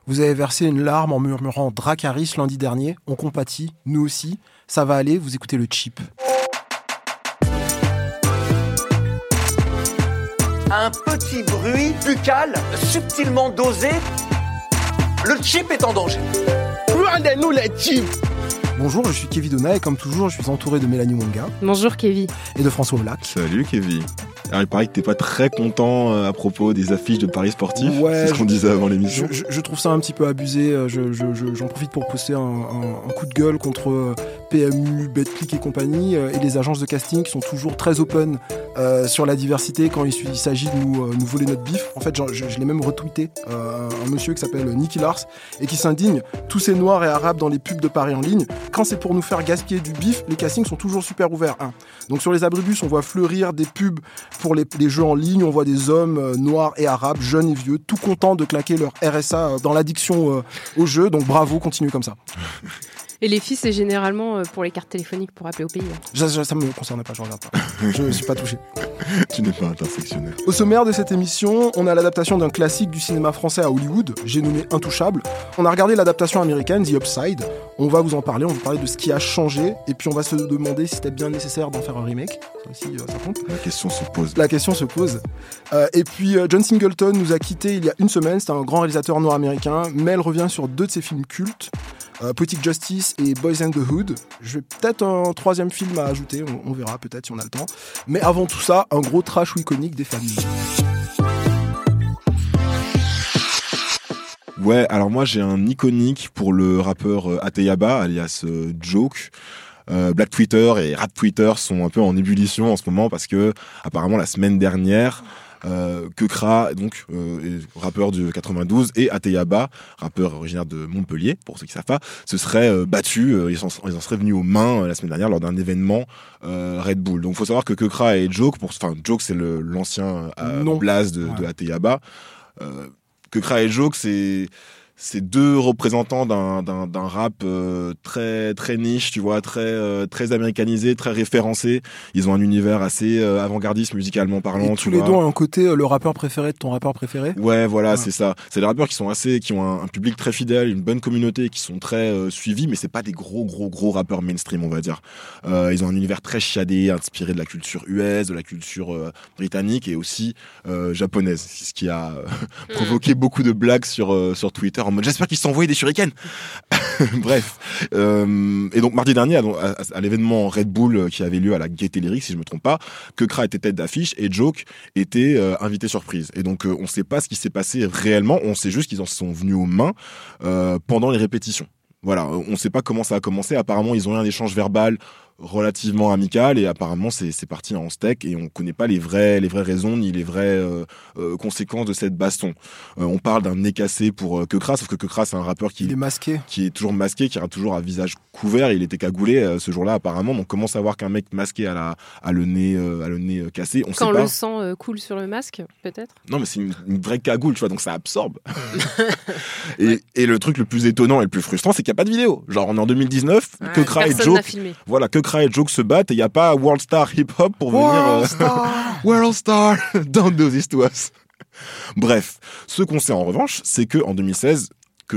Vous avez versé une larme en murmurant Dracarys lundi dernier. On compatit, nous aussi. Ça va aller, vous écoutez le Chip. Un petit bruit buccal subtilement dosé. Le Chip est en danger. Rendez-nous les chips. Bonjour, je suis Kevin Donna et comme toujours, je suis entouré de Mélanie Wonga. Bonjour Kevin. Et de François Olac. Salut Kevin. Alors il paraît que t'es pas très content à propos des affiches de paris sportifs. Ouais, c'est ce qu'on disait avant l'émission. Je trouve ça un petit peu abusé. J'en profite pour poster un coup de gueule contre PMU, Betclic et compagnie et les agences de casting qui sont toujours très open sur la diversité quand il s'agit de nous voler notre bif. En fait, je l'ai même retweeté un monsieur qui s'appelle Nicky Lars et qui s'indigne. Tous ces noirs et arabes dans les pubs de paris en ligne. Quand c'est pour nous faire gaspiller du bif, les castings sont toujours super ouverts. Donc sur les abribus, on voit fleurir des pubs pour les jeux en ligne, on voit des hommes noirs et arabes, jeunes et vieux, tout contents de claquer leur RSA dans l'addiction au jeu. Donc bravo, continuez comme ça. Et les filles, c'est généralement pour les cartes téléphoniques pour appeler au pays. Ça me concerne pas, je regarde pas. Je ne suis pas touché. Tu n'es pas intersectionnel. Au sommaire de cette émission, on a l'adaptation d'un classique du cinéma français à Hollywood, j'ai nommé Intouchable. On a regardé l'adaptation américaine, The Upside. On va vous en parler, on va vous parler de ce qui a changé, et puis on va se demander si c'était bien nécessaire d'en faire un remake. Ça aussi, ça compte. La question se pose. Et puis John Singleton nous a quittés il y a une semaine, c'est un grand réalisateur noir-américain, mais elle revient sur 2 de ses films cultes. Poetic Justice et Boys and the Hood. Je vais peut-être un 3e film à ajouter, on verra peut-être si on a le temps. Mais avant tout ça, un gros trash ou iconique des familles. Ouais, alors moi j'ai un iconique pour le rappeur Ateyaba, alias Joke. Black Twitter et Rap Twitter sont un peu en ébullition en ce moment parce que apparemment la semaine dernière Kekra, donc rappeur du 92, et Ateyaba, rappeur originaire de Montpellier, pour ceux qui savent pas, se seraient battus, ils en seraient venus aux mains la semaine dernière lors d'un événement Red Bull. Donc il faut savoir que Kekra et Joke, Joke c'est l'ancien blaze de Ateyaba. Kekra et Joke c'est 2 représentants d'un rap très très niche, tu vois, très américanisé, très référencé. Ils ont un univers assez avant-gardiste musicalement parlant. Et tous les deux ont un côté le rappeur préféré de ton rappeur préféré. Ouais, voilà, c'est ça. C'est des rappeurs qui ont un public très fidèle, une bonne communauté, qui sont très suivis, mais c'est pas des gros rappeurs mainstream, on va dire. Ils ont un univers très chiadé, inspiré de la culture US, de la culture britannique et aussi japonaise, ce qui a provoqué beaucoup de blagues sur Twitter. En mode, j'espère qu'ils se sont envoyés des shurikens. Bref. Et donc, mardi dernier, à l'événement Red Bull qui avait lieu à la Gaieté Lyrique, si je me trompe pas, Kekra était tête d'affiche et Joke était invité surprise. Et donc, on sait pas ce qui s'est passé réellement. On sait juste qu'ils en sont venus aux mains pendant les répétitions. Voilà. On sait pas comment ça a commencé. Apparemment, ils ont eu un échange verbal relativement amical et apparemment c'est parti en steak et on connaît pas les vraies raisons ni les vraies conséquences de cette baston. On parle d'un nez cassé pour Kekra, sauf que Kekra c'est un rappeur qui est toujours masqué, qui a toujours un visage couvert, il était cagoulé ce jour-là apparemment. Donc comment savoir qu'un mec masqué a le nez cassé, on quand sait pas. Le sang coule sur le masque peut-être. Non mais c'est une vraie cagoule, tu vois, donc ça absorbe. et le truc le plus étonnant et le plus frustrant, c'est qu'il n'y a pas de vidéo. Genre on est en 2019, Kekra et Joke se battent et il n'y a pas World Star Hip Hop pour venir World Star Don't do this to us. Bref, ce qu'on sait en revanche, c'est que en 2016,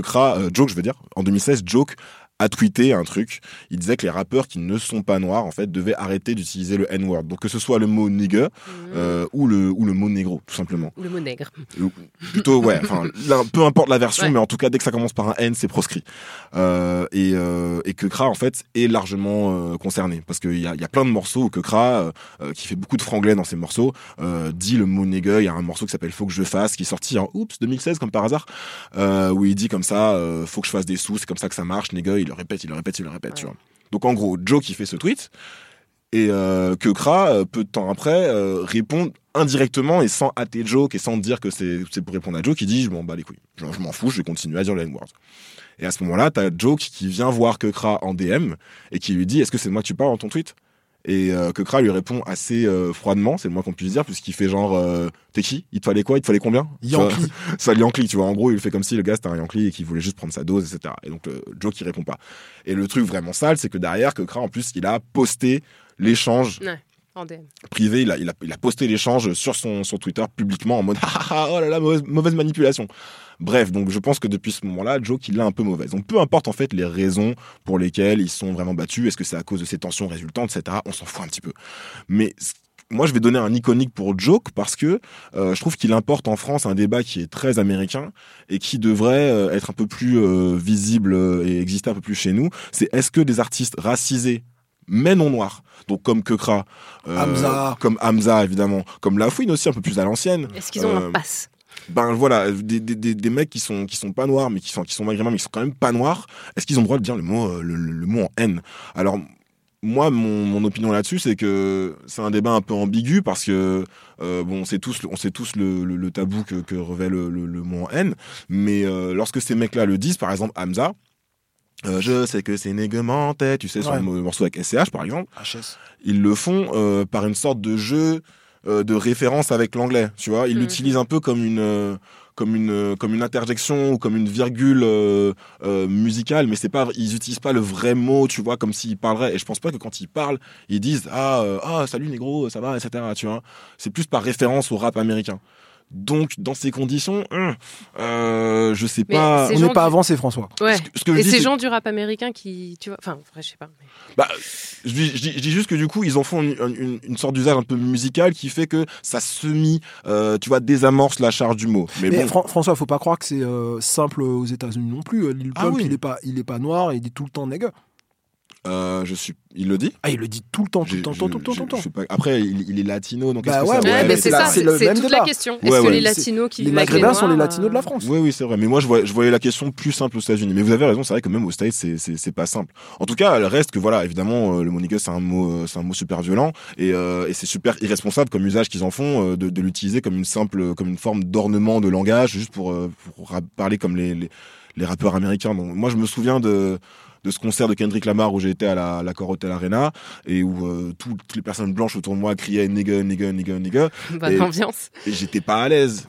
Joke a tweeté un truc. Il disait que les rappeurs qui ne sont pas noirs, en fait, devaient arrêter d'utiliser le N-word. Donc que ce soit le mot nigger ou le mot négro, tout simplement. Ou le mot nègre. Plutôt, ouais. Enfin, peu importe la version, mais en tout cas, dès que ça commence par un N, c'est proscrit. Et Kekra, en fait, est largement concerné. Parce qu'il y a plein de morceaux où Kekra, qui fait beaucoup de franglais dans ses morceaux, dit le mot nigger. Il y a un morceau qui s'appelle Faut que je fasse, qui est sorti en 2016, comme par hasard, où il dit comme ça, faut que je fasse des sous, c'est comme ça que ça marche, nigger. Il le répète, ouais. Tu vois. Donc en gros, Joe qui fait ce tweet et Kekra, peu de temps après, répond indirectement et sans hâter Joke et sans dire que c'est pour répondre à Joke, qui dit bon bah les couilles, je m'en fous, je vais continuer à dire le N-word. Et à ce moment-là, t'as Joke qui vient voir Kekra en DM et qui lui dit est-ce que c'est de moi que tu parles dans ton tweet? Et Kekra lui répond assez froidement, c'est le moins qu'on puisse dire, puisqu'il fait genre t'es qui? Il te fallait quoi? Il te fallait combien? Yankee. Ça Yankee, tu vois. En gros, il fait comme si le gars c'était un Yankee et qu'il voulait juste prendre sa dose, etc. Et donc Joe qui répond pas. Et le truc vraiment sale, c'est que derrière, Kekra en plus, il a posté l'échange En DM. privé, il a posté l'échange sur son Twitter publiquement en mode oh là là, mauvaise manipulation. Bref, donc je pense que depuis ce moment-là, Joke, il l'a un peu mauvaise. Donc peu importe en fait les raisons pour lesquelles ils sont vraiment battus, est-ce que c'est à cause de ces tensions résultantes, etc. On s'en fout un petit peu. Mais moi, je vais donner un iconique pour Joke parce que je trouve qu'il importe en France un débat qui est très américain et qui devrait être un peu plus visible et exister un peu plus chez nous. C'est est-ce que des artistes racisés mais non noirs, donc comme Keukra, comme Hamza évidemment, comme Lafouine aussi un peu plus à l'ancienne. Est-ce qu'ils ont un pass? Ben voilà, des mecs qui sont pas noirs mais qui sont maghrébins mais qui sont quand même pas noirs. Est-ce qu'ils ont le droit de dire le mot en haine? Alors moi, mon opinion là-dessus, c'est que c'est un débat un peu ambigu parce que on sait tous le tabou que revêt le mot en haine, mais lorsque ces mecs-là le disent, par exemple Hamza, je sais que c'est négamenté, tu sais, sur le morceau avec SCH par exemple, ils le font par une sorte de jeu de référence avec l'anglais, tu vois, ils l'utilisent un peu comme une interjection ou comme une virgule musicale, mais ils utilisent pas le vrai mot, tu vois, comme s'ils parleraient. Et je pense pas que quand ils parlent, ils disent salut négro, ça va, etc. Tu vois, c'est plus par référence au rap américain. Donc, dans ces conditions, je sais pas. On n'est pas avancé, François. Ouais. Ce que je et dis, ces gens du rap américain qui, tu vois, enfin, je sais pas. Mais... Bah, je dis juste que du coup, ils en font une sorte d'usage un peu musical qui fait que ça tu vois, désamorce la charge du mot. Mais bon. François, faut pas croire que c'est simple aux États-Unis non plus. Lil Pump, il est pas noir, il dit tout le temps nègre. Il le dit. Il le dit tout le temps. Après, il est latino, donc bah c'est ça, c'est toute la question. Est-ce que les latinos qui les Maghrébins sont les latinos de la France? Oui, c'est vrai. Mais moi, je voyais la question plus simple aux États-Unis. Mais vous avez raison, c'est vrai que même aux States, c'est pas simple. En tout cas, il reste que voilà, évidemment, le mot nigga, c'est un mot super violent et c'est super irresponsable comme usage qu'ils en font de l'utiliser comme une forme d'ornement de langage, juste pour parler comme les rappeurs américains. Donc, moi, je me souviens de ce concert de Kendrick Lamar où j'ai été à la Core Hotel Arena et où toutes les personnes blanches autour de moi criaient nigga. Bonne ambiance. Et j'étais pas à l'aise.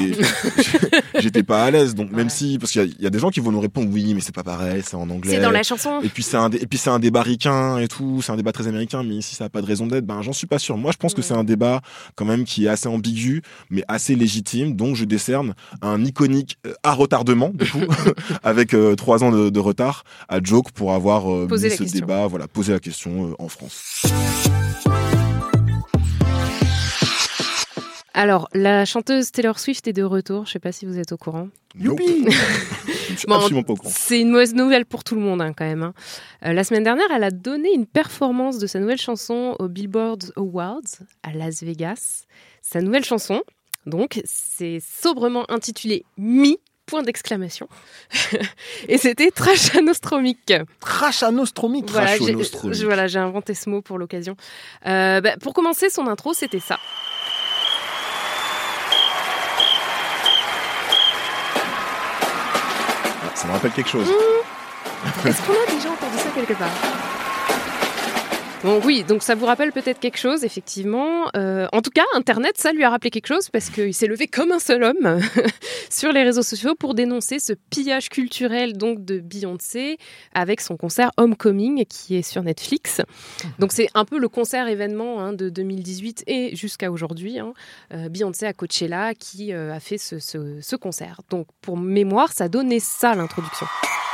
J'étais pas à l'aise. Donc même si, parce qu'il y a des gens qui vont nous répondre oui, mais c'est pas pareil, c'est en anglais. C'est dans la chanson. Et puis c'est un débat ricain et tout, c'est un débat très américain. Mais ici ça a pas de raison d'être. Ben j'en suis pas sûr. Moi je pense que c'est un débat quand même qui est assez ambigu, mais assez légitime. Donc je décerne un iconique à retardement du coup, avec 3 ans de retard à Joke pour avoir mis ce débat, poser la question en France. Alors, la chanteuse Taylor Swift est de retour. Je sais pas si vous êtes au courant. Youpi. Je suis absolument pas au courant. C'est une mauvaise nouvelle pour tout le monde quand même. La semaine dernière, elle a donné une performance de sa nouvelle chanson au Billboard Awards à Las Vegas. Sa nouvelle chanson, donc, c'est sobrement intitulée Me. Point d'exclamation. Et c'était Trashanostromique. Trashanostromique. Voilà, j'ai inventé ce mot pour l'occasion. Pour commencer, son intro, c'était ça. Ça me rappelle quelque chose. Est-ce qu'on a déjà entendu ça quelque part ? Bon, oui, donc ça vous rappelle peut-être quelque chose, effectivement. En tout cas, Internet, ça lui a rappelé quelque chose parce qu'il s'est levé comme un seul homme sur les réseaux sociaux pour dénoncer ce pillage culturel donc de Beyoncé avec son concert Homecoming qui est sur Netflix. Donc c'est un peu le concert événement de 2018 et jusqu'à aujourd'hui. Beyoncé à Coachella qui a fait ce concert. Donc pour mémoire, ça donnait ça l'introduction.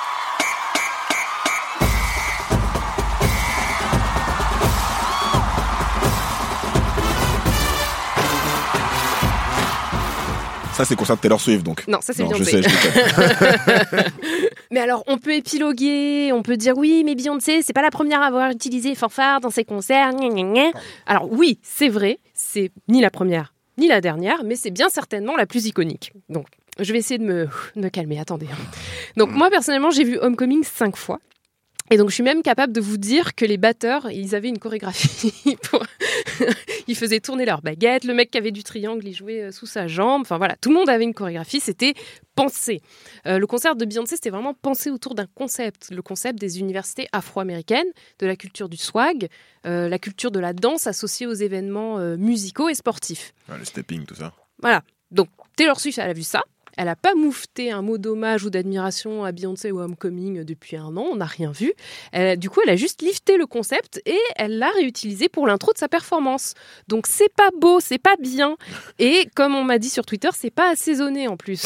Ça, c'est concert de Taylor Swift, donc. Non, ça, c'est Beyoncé. Je sais. Mais alors, on peut épiloguer, on peut dire oui, mais Beyoncé, c'est pas la première à avoir utilisé fanfare dans ses concerts. Alors oui, c'est vrai, c'est ni la première, ni la dernière, mais c'est bien certainement la plus iconique. Donc, je vais essayer de me calmer, attendez. Donc, moi, personnellement, j'ai vu Homecoming 5 fois. Et donc, je suis même capable de vous dire que les batteurs, ils avaient une chorégraphie. Ils faisaient tourner leur baguette. Le mec qui avait du triangle, il jouait sous sa jambe. Enfin, voilà, tout le monde avait une chorégraphie. C'était pensé. Le concert de Beyoncé, c'était vraiment pensé autour d'un concept. Le concept des universités afro-américaines, de la culture du swag, la culture de la danse associée aux événements musicaux et sportifs. Le stepping, tout ça. Voilà. Donc, Taylor Swift, elle a vu ça. Elle n'a pas moufté un mot d'hommage ou d'admiration à Beyoncé ou Homecoming depuis un an, on n'a rien vu. Du coup, elle a juste lifté le concept et elle l'a réutilisé pour l'intro de sa performance. Donc c'est pas beau, c'est pas bien. Et comme on m'a dit sur Twitter, c'est pas assaisonné en plus.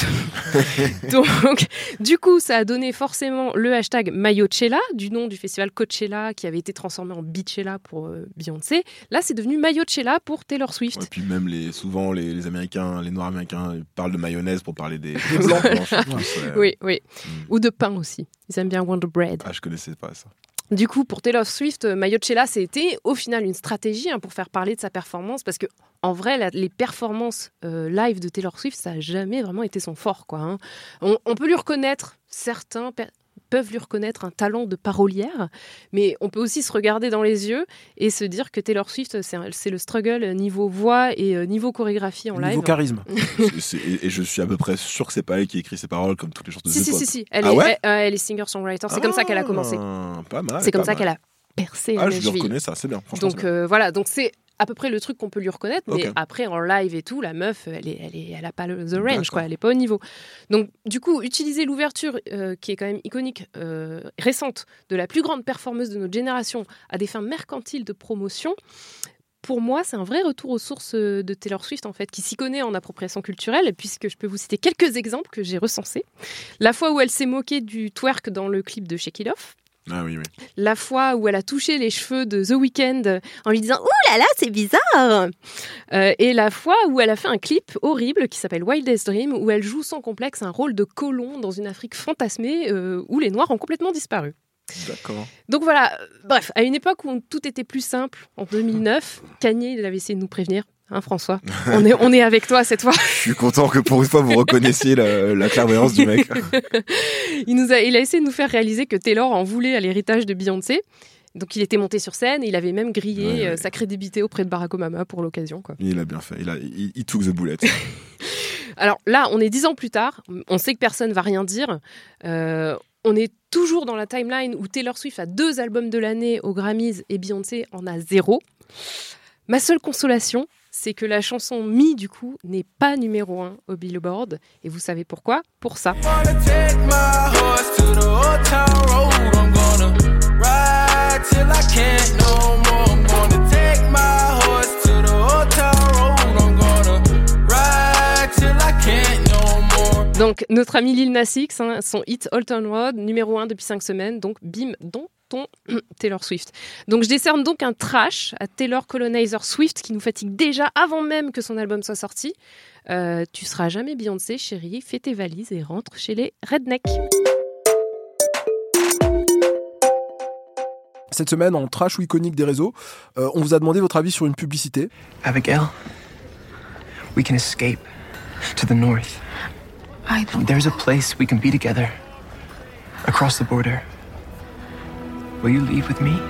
Donc du coup, ça a donné forcément le hashtag Mayochella, du nom du festival Coachella qui avait été transformé en Beachella pour Beyoncé. Là, c'est devenu Mayochella pour Taylor Swift. Et puis même souvent les Américains, les Noirs américains, ils parlent de mayonnaise pour parler des blancs. Oui. Ou de pain aussi. Ils aiment bien Wonder Bread. Ah, je connaissais pas ça. Du coup, pour Taylor Swift, Mayochella, c'était au final une stratégie pour faire parler de sa performance, parce que en vrai, les performances live de Taylor Swift, ça n'a jamais vraiment été son fort, quoi. On peut lui reconnaître, certains peuvent lui reconnaître un talent de parolière, mais on peut aussi se regarder dans les yeux et se dire que Taylor Swift, c'est le struggle niveau voix et niveau chorégraphie en live. Niveau charisme. Et je suis à peu près sûr que c'est pas elle qui écrit ses paroles comme toutes les chanteuses de pop. Si. Elle est singer-songwriter. C'est comme ça qu'elle a commencé. Pas mal. C'est comme ça qu'elle a percé à je Nashville. le reconnais, ça, c'est bien. Donc voilà, donc c'est à peu près le truc qu'on peut lui reconnaître, mais après en live et tout, la meuf, elle a pas the range, quoi, elle est pas au niveau. Donc du coup, utiliser l'ouverture qui est quand même iconique, récente, de la plus grande performeuse de notre génération à des fins mercantiles de promotion. Pour moi, c'est un vrai retour aux sources de Taylor Swift, en fait, qui s'y connaît en appropriation culturelle, puisque je peux vous citer quelques exemples que j'ai recensés. La fois où elle s'est moquée du twerk dans le clip de Shake It Off. Ah oui. La fois où elle a touché les cheveux de The Weeknd en lui disant « Ouh là là, c'est bizarre !» Et la fois où elle a fait un clip horrible qui s'appelle Wildest Dream, où elle joue sans complexe un rôle de colon dans une Afrique fantasmée où les Noirs ont complètement disparu. D'accord. Donc voilà, bref, à une époque où tout était plus simple, en 2009, Kanye, il avait essayé de nous prévenir. François, on est avec toi cette fois. Je suis content que pour une fois vous reconnaissiez la clairvoyance du mec. Il a essayé de nous faire réaliser que Taylor en voulait à l'héritage de Beyoncé. Donc il était monté sur scène et il avait même grillé sa crédibilité auprès de Barack Obama pour l'occasion, quoi. Il a bien fait, il took the bullet. Alors là, on est 10 ans plus tard, on sait que personne ne va rien dire. On est toujours dans la timeline où Taylor Swift a 2 albums de l'année aux Grammys et Beyoncé en a 0. Ma seule consolation, c'est que la chanson Me, du coup, n'est pas numéro 1 au Billboard. Et vous savez pourquoi ? Pour ça. Donc, notre ami Lil Nas X, son hit Old Town Road, numéro 1 depuis 5 semaines. Donc, bim, Taylor Swift. Donc je décerne donc un trash à Taylor Colonizer Swift qui nous fatigue déjà avant même que son album soit sorti. Tu seras jamais Beyoncé, chérie, fais tes valises et rentre chez les rednecks. Cette semaine, en trash ou iconique des réseaux, on vous a demandé votre avis sur une publicité. Abigail, we can escape to the north. There's a place we can be together across the border. Will you leave with me?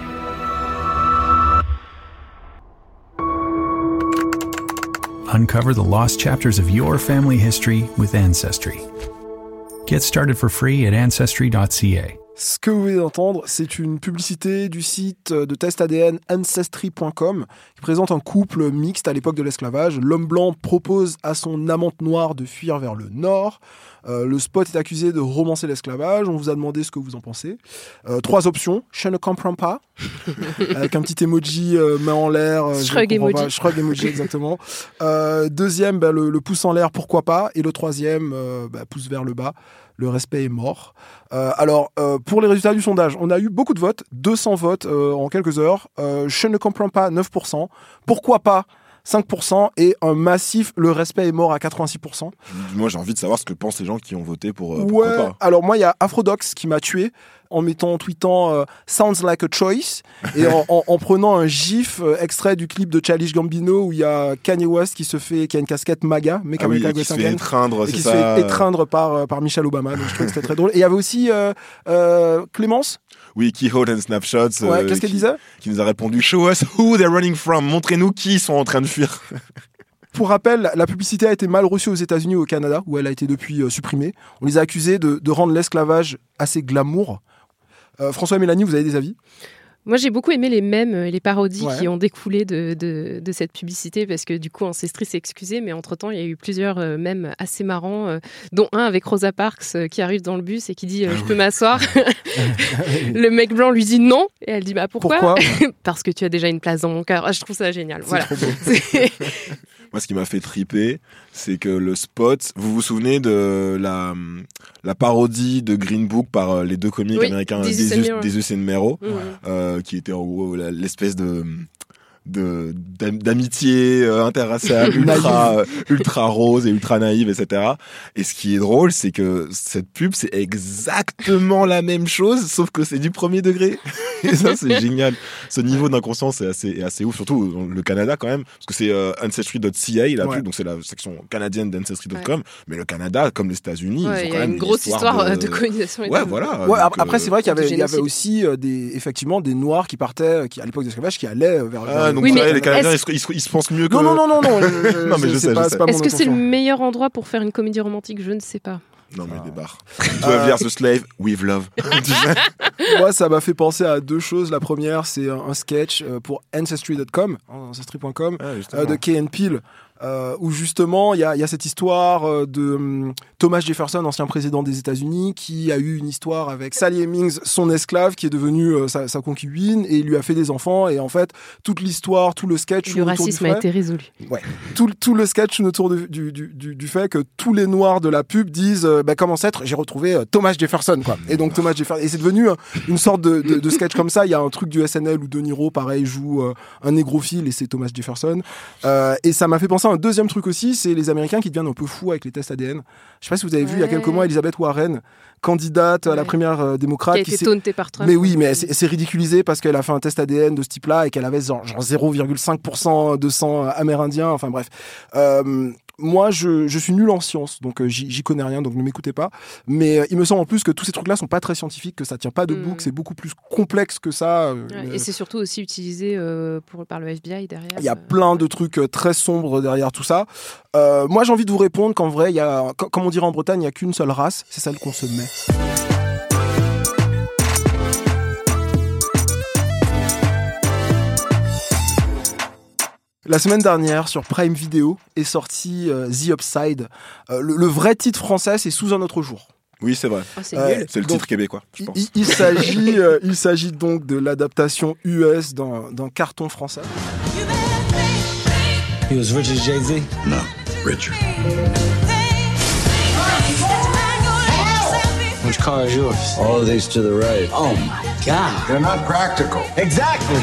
Uncover the lost chapters of your family history with Ancestry. Get started for free at ancestry.ca. Ce que vous venez d'entendre, c'est une publicité du site de test ADN Ancestry.com qui présente un couple mixte à l'époque de l'esclavage. L'homme blanc propose à son amante noire de fuir vers le nord. Le spot est accusé de romancer l'esclavage. On vous a demandé ce que vous en pensez. 3 options. Je ne comprends pas. Avec un petit emoji main en l'air. Shrug emoji. Shrug emoji, exactement. Deuxième, le pouce en l'air, pourquoi pas. Et le troisième, pouce vers le bas. Le respect est mort. Pour les résultats du sondage, on a eu beaucoup de votes, 200 votes en quelques heures. Je ne comprends pas, 9%. Pourquoi pas, 5%. Et un massif, le respect est mort à 86%. Moi, j'ai envie de savoir ce que pensent les gens qui ont voté pour ouais, pas. Alors moi, il y a Afrodox qui m'a tué en tweetant Sounds like a choice et en prenant un gif extrait du clip de Childish Gambino où il y a Kanye West qui a une casquette MAGA, Make America Great Again, et qui se fait étreindre par Michelle Obama. Donc je trouvais que c'était très drôle. Et il y avait aussi Clémence. Oui, Keyhole and Snapshots. Ouais, qu'est-ce qu'elle disait ? Qui nous a répondu Show us who they're running from. Montrez-nous qui sont en train de fuir. Pour rappel, la publicité a été mal reçue aux États-Unis et au Canada, où elle a été depuis supprimée. On les a accusés de rendre l'esclavage assez glamour. François et Mélanie, vous avez des avis ? Moi, j'ai beaucoup aimé les mèmes et les parodies Ouais. qui ont découlé de cette publicité parce que du coup, Ancestry s'est excusé, mais entre-temps, il y a eu plusieurs mèmes assez marrants, dont un avec Rosa Parks qui arrive dans le bus et qui dit « Je peux m'asseoir ?» Le mec blanc lui dit non et elle dit « Bah pourquoi ?» Parce que tu as déjà une place dans mon cœur. Ah, je trouve ça génial. Voilà. Moi, ce qui m'a fait triper, c'est que le spot, vous vous souvenez de la parodie de Green Book par les deux comiques américains Desus and Mero, qui était en gros l'espèce d'amitié interraciale ultra rose et ultra naïve, etc. Et ce qui est drôle, c'est que cette pub, c'est exactement la même chose, sauf que c'est du premier degré. Et ça, c'est génial. Ce niveau d'inconscience est assez ouf, surtout dans le Canada quand même, parce que c'est ancestry.ca la pub, donc c'est la section canadienne d'ancestry.com, mais le Canada, comme les États-Unis, il y a une grosse histoire de colonisation. Ouais, voilà. Ouais, après, c'est vrai qu'il y avait aussi effectivement des Noirs qui partaient, à l'époque de l'esclavage, qui allaient vers donc les Canadiens, ils se pensent mieux que... Non. Non, mais je sais. Est-ce que c'est le meilleur endroit pour faire une comédie romantique ? Je ne sais pas. Non, mais des bars. 12 Years a Slave, with love. Moi, ça m'a fait penser à deux choses. La première, c'est un sketch pour Ancestry.com, Ancestry.com, de Key & Peele, où justement, il y a cette histoire de Thomas Jefferson, ancien président des États-Unis, qui a eu une histoire avec Sally Hemings, son esclave, qui est devenue sa concubine, et il lui a fait des enfants. Et en fait, toute l'histoire, tout le sketch... Le racisme a été résolu. Ouais. Tout le sketch autour du fait que tous les Noirs de la pub disent comme ancêtre, j'ai retrouvé Thomas Jefferson, quoi. Et donc Thomas Jefferson... Et c'est devenu une sorte de sketch comme ça. Il y a un truc du SNL où De Niro, pareil, joue un négrophile, et c'est Thomas Jefferson. Et ça m'a fait penser à un deuxième truc aussi, c'est les Américains qui deviennent un peu fous avec les tests ADN. Je sais pas si vous avez vu il y a quelques mois Elizabeth Warren, candidate à la primaire démocrate, qui a été tauntée par Trump. Mais oui, mais elle s'est ridiculisée parce qu'elle a fait un test ADN de ce type-là et qu'elle avait genre 0,5% de sang amérindien. Enfin bref. Moi, je suis nul en sciences, donc j'y connais rien, donc ne m'écoutez pas. Mais il me semble en plus que tous ces trucs-là sont pas très scientifiques, que ça tient pas debout, que c'est beaucoup plus complexe que ça. Et c'est surtout aussi utilisé par le FBI derrière. Il y a plein de trucs très sombres derrière tout ça. Moi, j'ai envie de vous répondre qu'en vrai, comme on dirait en Bretagne, il n'y a qu'une seule race, c'est celle qu'on se met. La semaine dernière, sur Prime Video, est sorti The Upside. Le vrai titre français, c'est Sous un autre jour. Oui, c'est vrai. Oh, c'est nul. C'est le titre québécois, je pense. Il s'agit donc de l'adaptation US d'un carton français. He was rich as Jay-Z? No, richer. Which car is yours? All of these to the right. Oh my God. They're not practical. Exactly.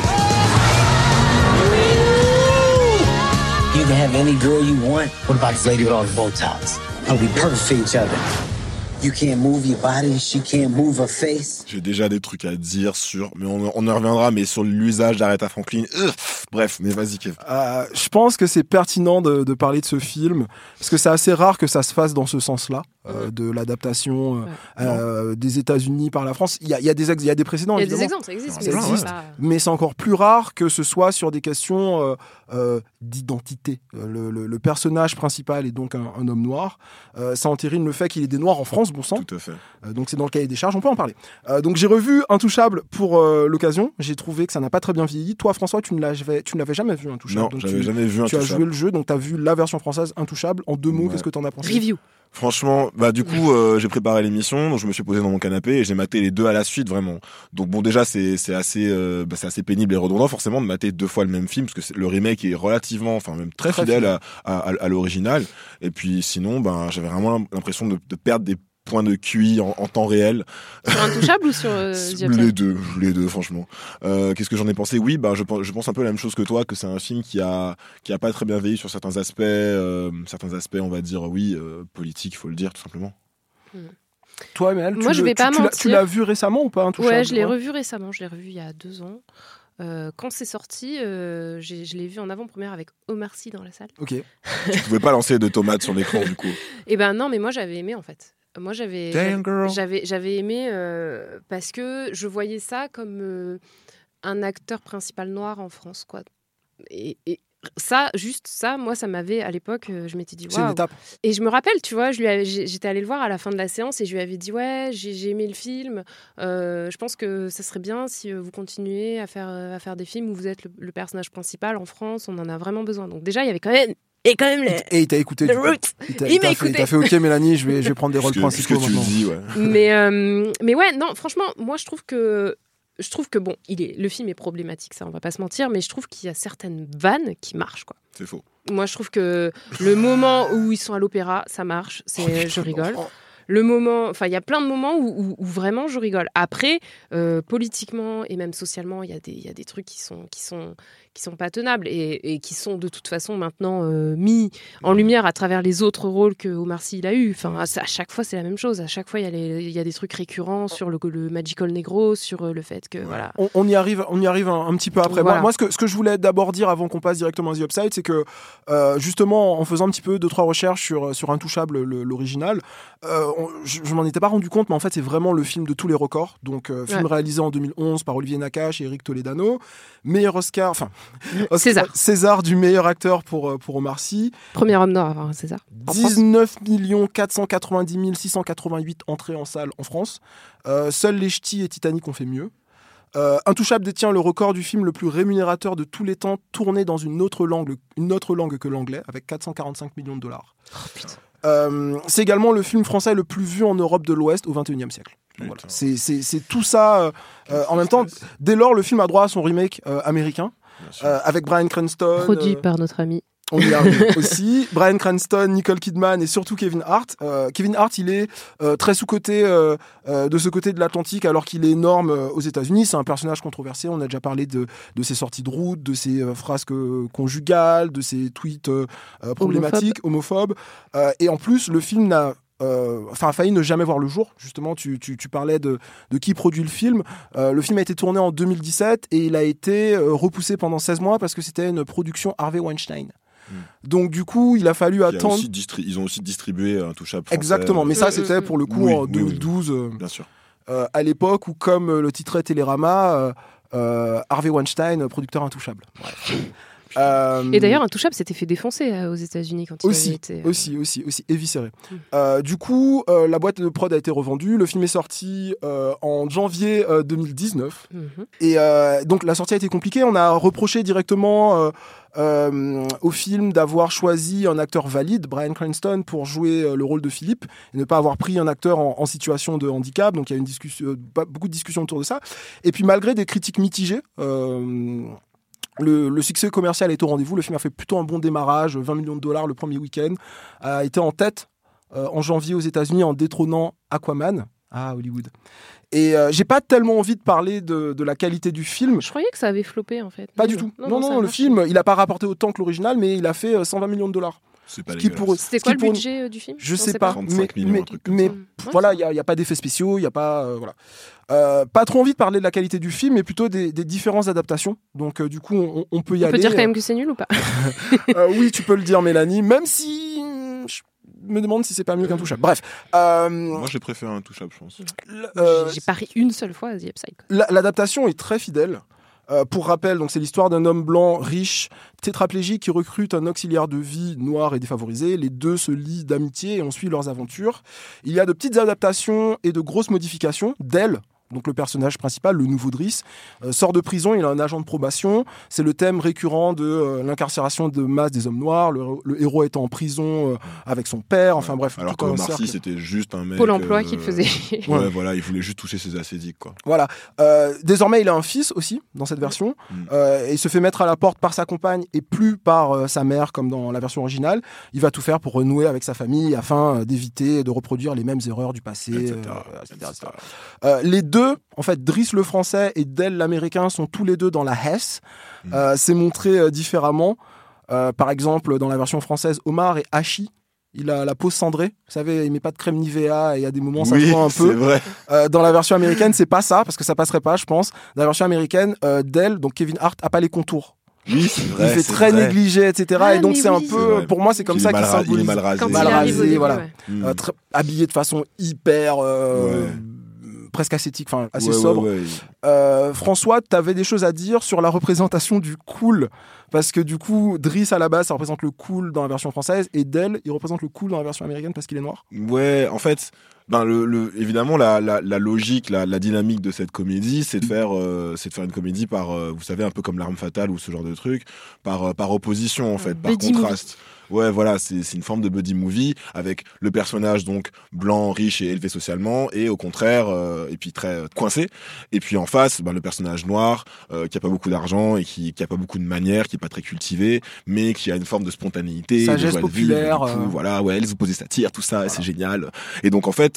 You can have any girl you want. What about this lady with all the Botox? I'll be perfect for each other. You can't move your body, she can't move her face. J'ai déjà des trucs à dire mais on y reviendra, mais sur l'usage d'Aretha Franklin. Bref, mais vas-y, Kev. Je pense que c'est pertinent de parler de ce film, parce que c'est assez rare que ça se fasse dans ce sens-là, de l'adaptation des États-Unis par la France. Il y a des précédents, il y a évidemment. Des exemples, ça existe. Mais c'est encore plus rare que ce soit sur des questions d'identité. Le personnage principal est donc un homme noir. Ça entérine le fait qu'il ait des noirs en France, bon sang. Tout à fait. Donc c'est dans le cahier des charges, on peut en parler. Donc j'ai revu Intouchable pour l'occasion. J'ai trouvé que ça n'a pas très bien vieilli. Toi, François, tu ne l'avais jamais vu Intouchable. Non, j'avais jamais vu Intouchable. Tu as joué le jeu, donc tu as vu la version française Intouchable. En 2 mots, qu'est-ce que tu en as pensé ? Review. Franchement, du coup, j'ai préparé l'émission, donc je me suis posé dans mon canapé et j'ai maté les deux à la suite, vraiment. Donc bon, déjà, c'est assez pénible et redondant, forcément, de mater 2 fois le même film, parce que le remake est relativement, enfin même très fidèle à l'original. Et puis sinon, j'avais vraiment l'impression de perdre des points de QI en temps réel. Sur Intouchable ou sur les deux, franchement. Qu'est-ce que j'en ai pensé ? Oui, je pense un peu la même chose que toi, que c'est un film qui a pas très bien vieilli sur certains aspects, on va dire, politiques, il faut le dire, tout simplement. Toi, Mel, moi, je vais pas mentir. Tu l'as vu récemment ou pas, Intouchable ? Ouais, je l'ai revu récemment. Je l'ai revu il y a 2 ans. Quand c'est sorti, je l'ai vu en avant-première avec Omar Sy dans la salle. Ok. Tu pouvais pas lancer de tomates sur l'écran, du coup. Eh ben non, mais moi j'avais aimé en fait. Moi j'avais aimé parce que je voyais ça comme un acteur principal noir en France, quoi. Et ça, moi, ça m'avait, à l'époque, je m'étais dit, C'est une waouh. étape. Et je me rappelle, tu vois, j'étais allée le voir à la fin de la séance et je lui avais dit, ouais, j'ai aimé le film. Je pense que ça serait bien si vous continuez à faire des films où vous êtes le personnage principal en France. On en a vraiment besoin. Donc déjà, il y avait quand même Et il t'a écouté. le du coup. roots. Il t'a fait OK, Mélanie, je vais prendre des rôles principaux Puisque tu maintenant. le dis, ouais. Mais ouais, non, franchement, moi, je trouve que bon, le film est problématique, ça, on va pas se mentir, mais je trouve qu'il y a certaines vannes qui marchent, quoi. C'est faux. Moi, je trouve que le moment où ils sont à l'opéra, ça marche, je rigole. Le moment, enfin, il y a plein de moments où vraiment je rigole. Après, politiquement et même socialement, il y a des trucs qui sont pas tenables et qui sont de toute façon maintenant mis en lumière à travers les autres rôles que Omar Sy il a eu. Enfin, à chaque fois c'est la même chose. À chaque fois il y a des trucs récurrents sur le Magical Negro, sur le fait que voilà. On y arrive un petit peu après. Voilà. Moi, ce que je voulais d'abord dire avant qu'on passe directement à The Upside, c'est que justement en faisant un petit peu 2-3 recherches sur Intouchable, l'original, je m'en étais pas rendu compte, mais en fait c'est vraiment le film de tous les records. Donc film réalisé en 2011 par Olivier Nakache et Eric Toledano, meilleur Oscar César du meilleur acteur pour Omar Sy. Premier homme noir à avoir un César. 19 490 688 entrées en salle en France. Seuls Les Ch'tis et Titanic ont fait mieux. Intouchable détient le record du film le plus rémunérateur de tous les temps, tourné dans une autre langue que l'anglais, avec 445 millions de dollars. C'est également le film français le plus vu en Europe de l'Ouest au XXIe siècle. Voilà. C'est tout ça. En même temps, dès lors, le film a droit à son remake américain, avec Bryan Cranston. Produit par notre ami. On y arrive aussi. Bryan Cranston, Nicole Kidman et surtout Kevin Hart. Kevin Hart, il est très sous-coté de ce côté de l'Atlantique, alors qu'il est énorme aux États-Unis. C'est un personnage controversé. On a déjà parlé de ses sorties de route, de ses phrases conjugales, de ses tweets problématiques, homophobes. Et en plus, le film a failli ne jamais voir le jour. Justement, tu parlais de qui produit le film. Le film a été tourné en 2017 et il a été repoussé pendant 16 mois parce que c'était une production Harvey Weinstein. Donc du coup, il a fallu attendre. Ils ont aussi distribué Intouchable français. Exactement, mais ça c'était pour le coup en 2012. Bien sûr. À l'époque où, comme le titrait Télérama, Harvey Weinstein, producteur Intouchable. Et d'ailleurs, Intouchable s'était fait défoncer aux États-Unis quand il avait été. Aussi, éviscéré. Du coup, la boîte de prod a été revendue. Le film est sorti en janvier 2019. Et donc, la sortie a été compliquée. On a reproché directement au film d'avoir choisi un acteur valide, Bryan Cranston, pour jouer le rôle de Philippe, et ne pas avoir pris un acteur en situation de handicap. Donc, il y a eu beaucoup de discussions autour de ça. Et puis, malgré des critiques mitigées, le succès commercial est au rendez-vous. Le film a fait plutôt un bon démarrage, 20 millions de dollars le premier week-end, a été en tête en janvier aux États-Unis en détrônant Aquaman à Hollywood. Et j'ai pas tellement envie de parler de la qualité du film. Je croyais que ça avait floppé en fait. Pas du tout. Non, le film, il a pas rapporté autant que l'original, mais il a fait 120 millions de dollars. C'est pas C'était quoi le budget du film? Je sais pas. 35 millions, un truc comme mais ça. voilà, il y a pas d'effets spéciaux, il y a pas voilà. Pas trop envie de parler de la qualité du film, mais plutôt des différentes adaptations. Donc du coup, on peut y aller. On peut dire quand même que c'est nul ou pas? Oui, tu peux le dire, Mélanie, même si je me demande si c'est pas mieux qu'Intouchable. Bref. Moi, j'ai préféré Intouchable, je pense. J'ai pas ri une seule fois à The Upside. L'adaptation est très fidèle. Pour rappel, donc c'est l'histoire d'un homme blanc riche, tétraplégique, qui recrute un auxiliaire de vie noir et défavorisé. Les deux se lient d'amitié et on suit leurs aventures. Il y a de petites adaptations et de grosses modifications. Dell, donc le personnage principal, le nouveau Driss, sort de prison, il a un agent de probation. C'est le thème récurrent de l'incarcération de masse des hommes noirs. Le héros est en prison avec son père. Enfin bref. Alors que Omar Sy, c'était juste un mec. Pôle emploi qui le faisait. Ouais, voilà, il voulait juste toucher ses assédiques, quoi. Voilà. Désormais, il a un fils aussi dans cette version. Et il se fait mettre à la porte par sa compagne et plus par sa mère comme dans la version originale. Il va tout faire pour renouer avec sa famille afin d'éviter de reproduire les mêmes erreurs du passé, etc. Les deux, en fait, Driss le français et Dell l'américain sont tous les deux dans la Hesse. C'est montré différemment. Par exemple, dans la version française, Omar est hachis. Il a la peau cendrée. Vous savez, il met pas de crème Nivea et il y a des moments ça se voit un peu. Vrai. Dans la version américaine, c'est pas ça parce que ça passerait pas, je pense. Dans la version américaine, Dell, donc Kevin Hart, a pas les contours. Oui, c'est vrai. Il fait très négligé, etc. Et donc c'est un peu, pour moi, c'est comme ça qu'il symbolise. Il est mal rasé. Mal rasé, voilà. Ouais. Habillé de façon hyper presque ascétique, enfin assez sobre. Ouais. François, tu avais des choses à dire sur la représentation du cool parce que du coup, Driss à la base, ça représente le cool dans la version française, et Del, il représente le cool dans la version américaine parce qu'il est noir. Ouais, en fait, évidemment, la logique, la dynamique de cette comédie, c'est de faire une comédie par, vous savez, un peu comme L'Arme Fatale ou ce genre de truc, par opposition, en fait, par contraste. Ouais, voilà, c'est une forme de buddy movie avec le personnage donc blanc, riche et élevé socialement, et au contraire, et puis très coincé. Et puis en face, le personnage noir qui a pas beaucoup d'argent et qui a pas beaucoup de manières, qui est pas très cultivé, mais qui a une forme de spontanéité, sagesse de joie populaire. De vivre, voilà, ouais, les opposés s'attirent, tout ça, voilà. C'est génial. Et donc en fait,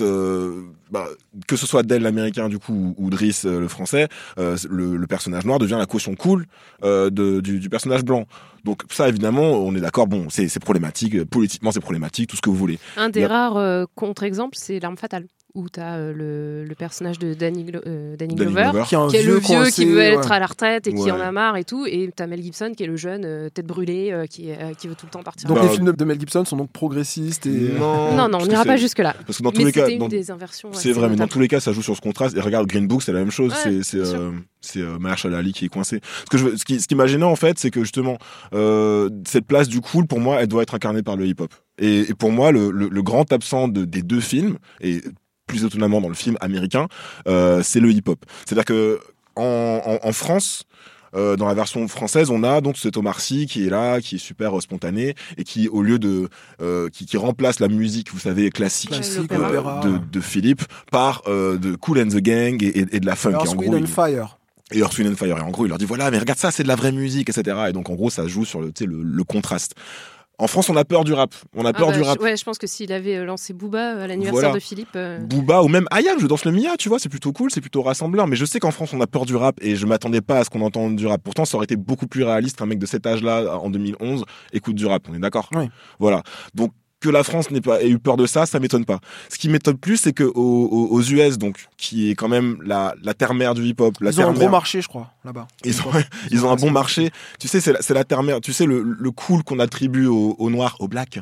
que ce soit Del l'américain du coup ou Driss le français, le personnage noir devient la caution cool du personnage blanc. Donc ça, évidemment, on est d'accord, bon, c'est problématique, politiquement c'est problématique, tout ce que vous voulez. Un des rares contre-exemples, c'est L'Arme Fatale, où tu as le personnage de Danny Glover, qui est le vieux qui veut être à la retraite et qui en a marre et tout, et tu as Mel Gibson qui est le jeune tête brûlée qui veut tout le temps partir. Donc les films de Mel Gibson sont donc progressistes et... Non, on n'ira pas jusque-là. Parce que dans tous les cas, une des inversions. C'est vrai, mais dans tous les cas, ça joue sur ce contraste. Et regarde, Green Book, c'est la même chose. Ouais, c'est Mahershala Ali qui est coincé. Ce qui m'a gêné en fait, c'est que justement cette place du cool, pour moi, elle doit être incarnée par le hip-hop. Et pour moi, le grand absent des deux films, et plus étonnamment dans le film américain, c'est le hip-hop. C'est-à-dire que en France, dans la version française, on a donc cet Omar Sy qui est là, qui est super spontané et qui, au lieu de qui remplace la musique, vous savez, classique de Philippe par de Kool and the Gang et de la funk. Earth, Wind and Fire. Et Earth, Wind and Fire. Et en gros, il leur dit voilà, mais regarde ça, c'est de la vraie musique, etc. Et donc en gros, ça joue sur le contraste. En France, on a peur du rap. On a peur du rap. Ouais, je pense que s'il avait lancé Booba à l'anniversaire de Philippe. Booba ou même Ayam, je danse le Mia, tu vois, c'est plutôt cool, c'est plutôt rassembleur. Mais je sais qu'en France, on a peur du rap et je m'attendais pas à ce qu'on entende du rap. Pourtant, ça aurait été beaucoup plus réaliste qu'un mec de cet âge-là, en 2011, écoute du rap. On est d'accord ? Oui. Voilà. Donc, que la France ait eu peur de ça m'étonne pas. Ce qui m'étonne plus, c'est que aux US, donc, qui est quand même la terre-mère du hip-hop, ils ont un gros marché, je crois, là-bas. Ils ont un bon marché. Tu sais, c'est la terre-mère. Tu sais, le cool qu'on attribue aux noirs, aux blacks.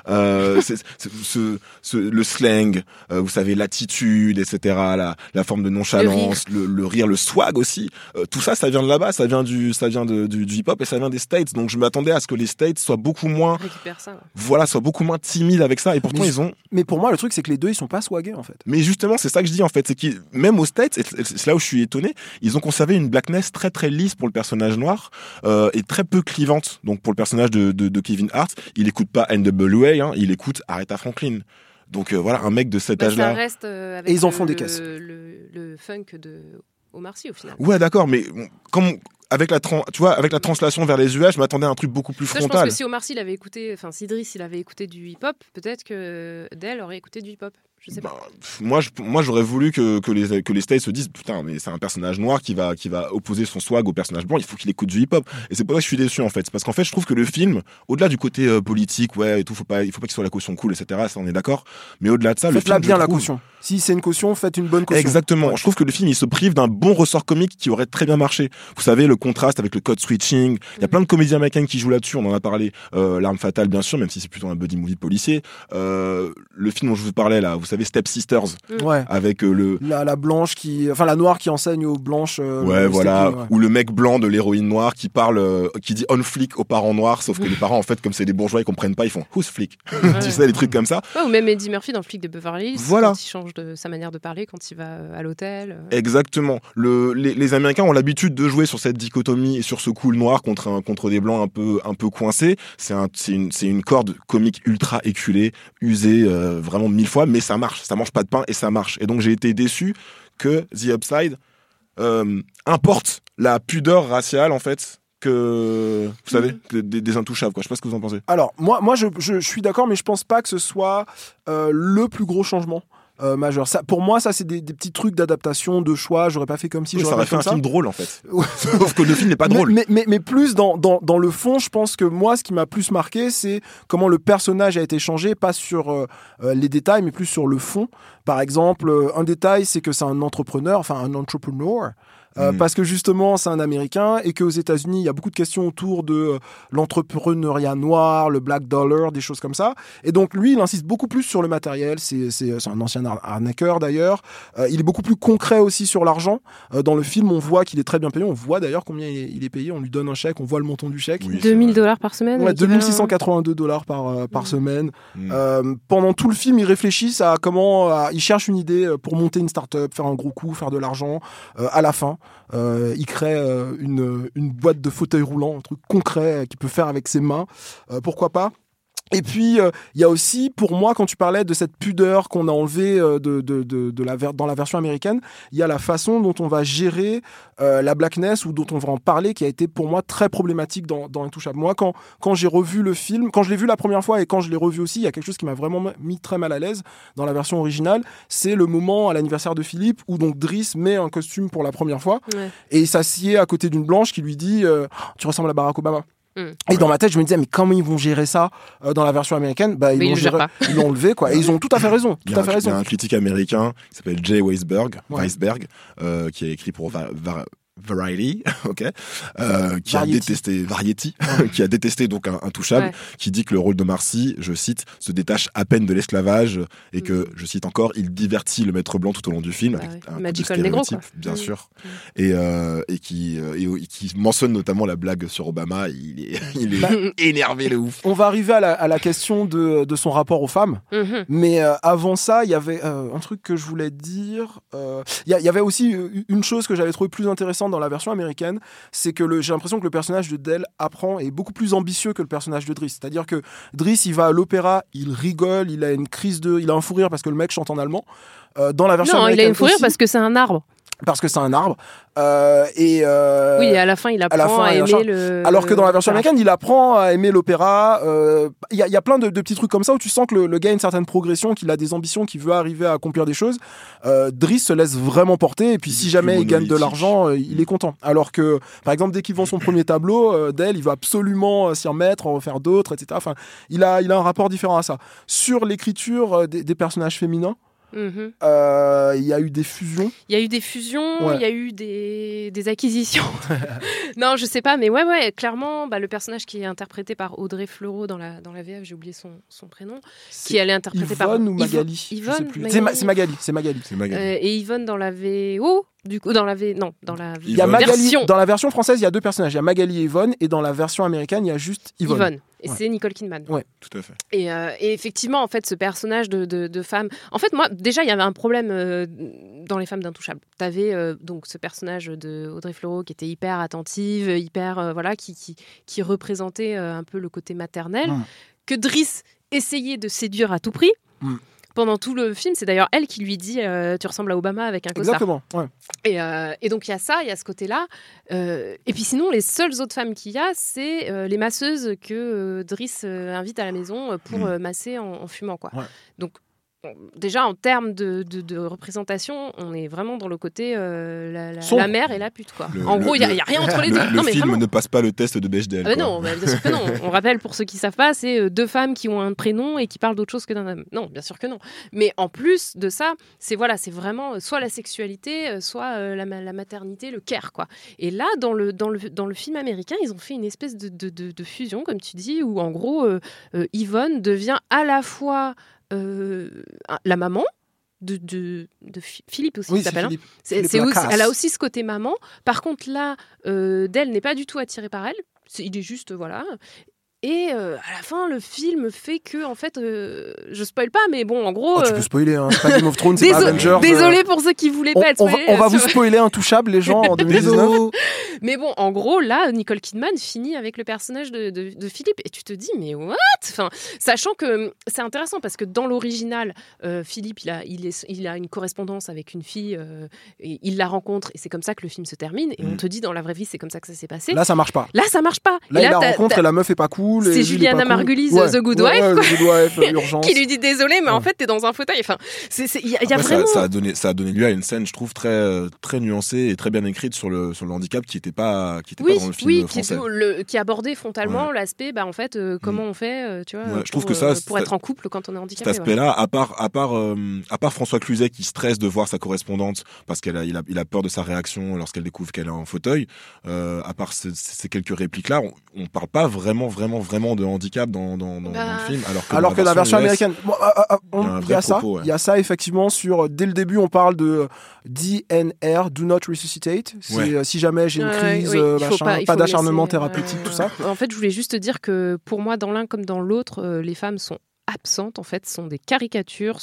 Le slang, vous savez, l'attitude, etc., la forme de nonchalance, le rire, le swag aussi. Tout ça vient de là-bas. Ça vient du hip-hop et ça vient des States. Donc, je m'attendais à ce que les States soient beaucoup moins, soient beaucoup moins timides avec ça, et pourtant ils ont... Mais pour moi, le truc, c'est que les deux, ils sont pas swaggés, en fait. Mais justement, c'est ça que je dis, en fait, c'est que même aux States, et c'est là où je suis étonné, ils ont conservé une blackness très très lisse pour le personnage noir, et très peu clivante. Donc pour le personnage de Kevin Hart, il écoute pas NWA, il écoute Aretha Franklin. Donc voilà, un mec de cet âge-là. Ça reste avec et ils en font des caisses. Le funk de Omar Sy, au final. Ouais, d'accord, mais comme... Avec la translation vers les US, je m'attendais à un truc beaucoup plus frontal. Je pense que si Omar Sy l'avait écouté, enfin si Driss il avait écouté du hip-hop, peut-être que Del aurait écouté du hip-hop. Je sais pas. Moi, j'aurais voulu que les States se disent putain, mais c'est un personnage noir qui va opposer son swag au personnage blanc. Il faut qu'il écoute du hip-hop. Et c'est pour ça que je suis déçu en fait. C'est parce qu'en fait, je trouve que le film, au-delà du côté politique, ouais, et tout, il faut pas qu'il soit la caution cool, etc. Ça, on est d'accord. Mais au-delà de ça, faites-la bien la caution. Si c'est une caution, faites une bonne caution. Exactement. Ouais. Je trouve que le film, il se prive d'un bon ressort comique qui aurait très bien marché. Vous savez, le contraste avec le code switching. Il y a plein de comédiens américains qui jouent là-dessus. On en a parlé. L'Arme Fatale, bien sûr, même si c'est plutôt un buddy movie policier. Le film dont je vous parlais là, vous savez, Step Sisters. Ouais. Avec la blanche la noire qui enseigne aux blanches. Ouais, voilà. Ouais. Ou le mec blanc de l'héroïne noire qui parle, qui dit on flic aux parents noirs, sauf que les parents, en fait, comme c'est des bourgeois, ils comprennent pas, ils font who's flic. Tu sais, des trucs comme ça. Ouais, ou même Eddie Murphy dans le flic de Beverly Hills. Voilà. Quand il change de sa manière de parler quand il va à l'hôtel. Exactement. Les Américains ont l'habitude de jouer sur cette dichotomie et sur ce cool noir contre des blancs un peu coincés. C'est une corde comique ultra éculée, usée vraiment 1000 fois, mais ça marche. Ça mange pas de pain et ça marche. Et donc j'ai été déçu que The Upside importe la pudeur raciale en fait que vous savez des intouchables quoi. Je sais pas ce que vous en pensez. Alors moi je suis d'accord, mais je pense pas que ce soit le plus gros changement majeur. Ça, pour moi, ça c'est des petits trucs d'adaptation, de choix. J'aurais pas fait comme si. Ça aurait fait un film drôle en fait. Sauf que le film n'est pas drôle. Mais plus dans le fond, je pense que moi, ce qui m'a plus marqué, c'est comment le personnage a été changé, pas sur les détails, mais plus sur le fond. Par exemple, un détail, c'est que c'est un entrepreneur. Parce que justement c'est un Américain et qu'aux États-Unis il y a beaucoup de questions autour de l'entrepreneuriat noir, le black dollar, des choses comme ça, et donc lui il insiste beaucoup plus sur le matériel. C'est un ancien un arnaqueur d'ailleurs. Il est beaucoup plus concret aussi sur l'argent. Dans le film, on voit qu'il est très bien payé. On voit d'ailleurs combien il est payé. On lui donne un chèque, on voit le montant du chèque. Oui, $2,000 par semaine. Ouais, $2,682 par semaine. Pendant tout le film, il réfléchit à comment... il cherche une idée pour monter une start-up, faire un gros coup, faire de l'argent. À la fin, il crée une boîte de fauteuil roulant, un truc concret qu'il peut faire avec ses mains. Pourquoi pas ? Et puis, il y a aussi, pour moi, quand tu parlais de cette pudeur qu'on a enlevée dans la version américaine, il y a la façon dont on va gérer la blackness ou dont on va en parler qui a été, pour moi, très problématique dans Intouchable. Moi, quand j'ai revu le film, quand je l'ai vu la première fois et quand je l'ai revu aussi, il y a quelque chose qui m'a vraiment mis très mal à l'aise dans la version originale. C'est le moment à l'anniversaire de Philippe où donc Driss met un costume pour la première fois et il s'assied à côté d'une blanche qui lui dit « Tu ressembles à Barack Obama ». Et dans ma tête, je me disais, mais comment ils vont gérer ça dans la version américaine ? Ils l'ont enlevé, quoi. Et ils ont tout à fait raison. Il y a un critique américain qui s'appelle Jay Weisberg, qui a écrit pour Variety, qui a détesté Variety, qui a détesté donc Intouchable, qui dit que le rôle de Marcy, je cite, se détache à peine de l'esclavage et que, je cite encore, il divertit le maître blanc tout au long du film avec un Magical Negro, quoi. Bien sûr, et qui mentionne notamment la blague sur Obama. Il est énervé de ouf. On va arriver à la question de son rapport aux femmes, mais avant ça, il y avait un truc que je voulais dire. Il y avait aussi une chose que j'avais trouvé plus intéressante dans la version américaine, c'est que j'ai l'impression que le personnage de Dell apprend est beaucoup plus ambitieux que le personnage de Driss. C'est-à-dire que Driss, il va à l'opéra, il rigole, il a il a un fou rire parce que le mec chante en allemand. Dans la version américaine, il a un fou rire parce que c'est un arbre. Parce que c'est un arbre. Oui, et à la fin, il apprend à aimer le... Alors que dans la version américaine, il apprend à aimer l'opéra. Il y a plein de petits trucs comme ça où tu sens que le gars a une certaine progression, qu'il a des ambitions, qu'il veut arriver à accomplir des choses. Driss se laisse vraiment porter, et puis si jamais il gagne de l'argent, il est content. Alors que, par exemple, dès qu'il vend son premier tableau, Dell, il va absolument s'y remettre, en refaire d'autres, etc. Enfin, il a un rapport différent à ça. Sur l'écriture des personnages féminins, il y a eu des fusions. Il y a eu des fusions, il y a eu des acquisitions. Non, je sais pas, mais ouais, clairement, le personnage qui est interprété par Audrey Fleurot dans la VF, j'ai oublié son prénom, qui elle est interprétée par Yvonne ou Magali. Yvonne, je sais plus. C'est Magali. Et Yvonne dans la VO. Du coup, dans la version... Dans la version française, il y a deux personnages. Il y a Magali et Yvonne, et dans la version américaine, il y a juste Yvonne. Et c'est Nicole Kidman. Ouais, tout à fait. Et effectivement, en fait, ce personnage de femme... En fait, moi, déjà, il y avait un problème dans Les Femmes d'Intouchables. T'avais donc ce personnage de Audrey Fleurot qui était hyper attentive, hyper... qui représentait un peu le côté maternel, que Driss essayait de séduire à tout prix. Pendant tout le film, c'est d'ailleurs elle qui lui dit tu ressembles à Obama avec un costard. Exactement, ouais. Et donc il y a ça, il y a ce côté-là. Et puis sinon, les seules autres femmes qu'il y a, c'est les masseuses que Driss invite à la maison pour masser en fumant, quoi. Ouais. Donc déjà, en termes de représentation, on est vraiment dans le côté la mère et la pute, quoi. En gros, il n'y a rien entre les deux. Le film ne passe pas le test de Bechdel. Non, bien sûr que non. On rappelle, pour ceux qui ne savent pas, c'est deux femmes qui ont un prénom et qui parlent d'autre chose que d'un homme. Non, bien sûr que non. Mais en plus de ça, c'est vraiment soit la sexualité, soit la maternité, le care, quoi. Et là, dans le film américain, ils ont fait une espèce de fusion, comme tu dis, où en gros, Yvonne devient à la fois... la maman de Philippe aussi, il s'appelle. Elle a aussi ce côté maman. Par contre, là, Dell n'est pas du tout attiré par elle. Il est juste, voilà. Et à la fin, le film fait que, en fait, je spoil pas, mais bon, en gros... tu peux spoiler, hein. C'est pas Game of Thrones, c'est pas Avengers. Désolé pour ceux qui voulaient pas être spoilés. On va vous spoiler Intouchable, les gens, en 2019. Mais bon, en gros, là, Nicole Kidman finit avec le personnage de Philippe. Et tu te dis, mais what ? Enfin, sachant que c'est intéressant, parce que dans l'original, Philippe, il a une correspondance avec une fille, et il la rencontre, et c'est comme ça que le film se termine. Et on te dit, dans la vraie vie, c'est comme ça que ça s'est passé. Là, ça marche pas. Là, il la rencontre et la meuf est pas cool. C'est Juliana Margulies, The Good Wife, urgence. qui lui dit désolé, mais en fait, t'es dans un fauteuil. Enfin, il y a vraiment... Ça a donné lieu à une scène, je trouve, très nuancée et très bien écrite sur le handicap qui était pas dans le film français. Qui abordait frontalement l'aspect, en fait, comment on fait, tu vois, je trouve que ça, pour être en couple quand on est handicapé. Cet aspect-là, à part François Cluzet qui stresse de voir sa correspondante parce qu'il a peur de sa réaction lorsqu'elle découvre qu'elle est en fauteuil, à part ces quelques répliques-là, on parle pas vraiment vraiment de handicap dans le film, alors que la version US, américaine, propos, il y a ça effectivement dès le début on parle de DNR, Do Not Resuscitate, c'est si jamais j'ai une crise, pas d'acharnement thérapeutique, tout ça. En fait, je voulais juste dire que pour moi, dans l'un comme dans l'autre, les femmes sont absentes, en fait, sont des caricatures,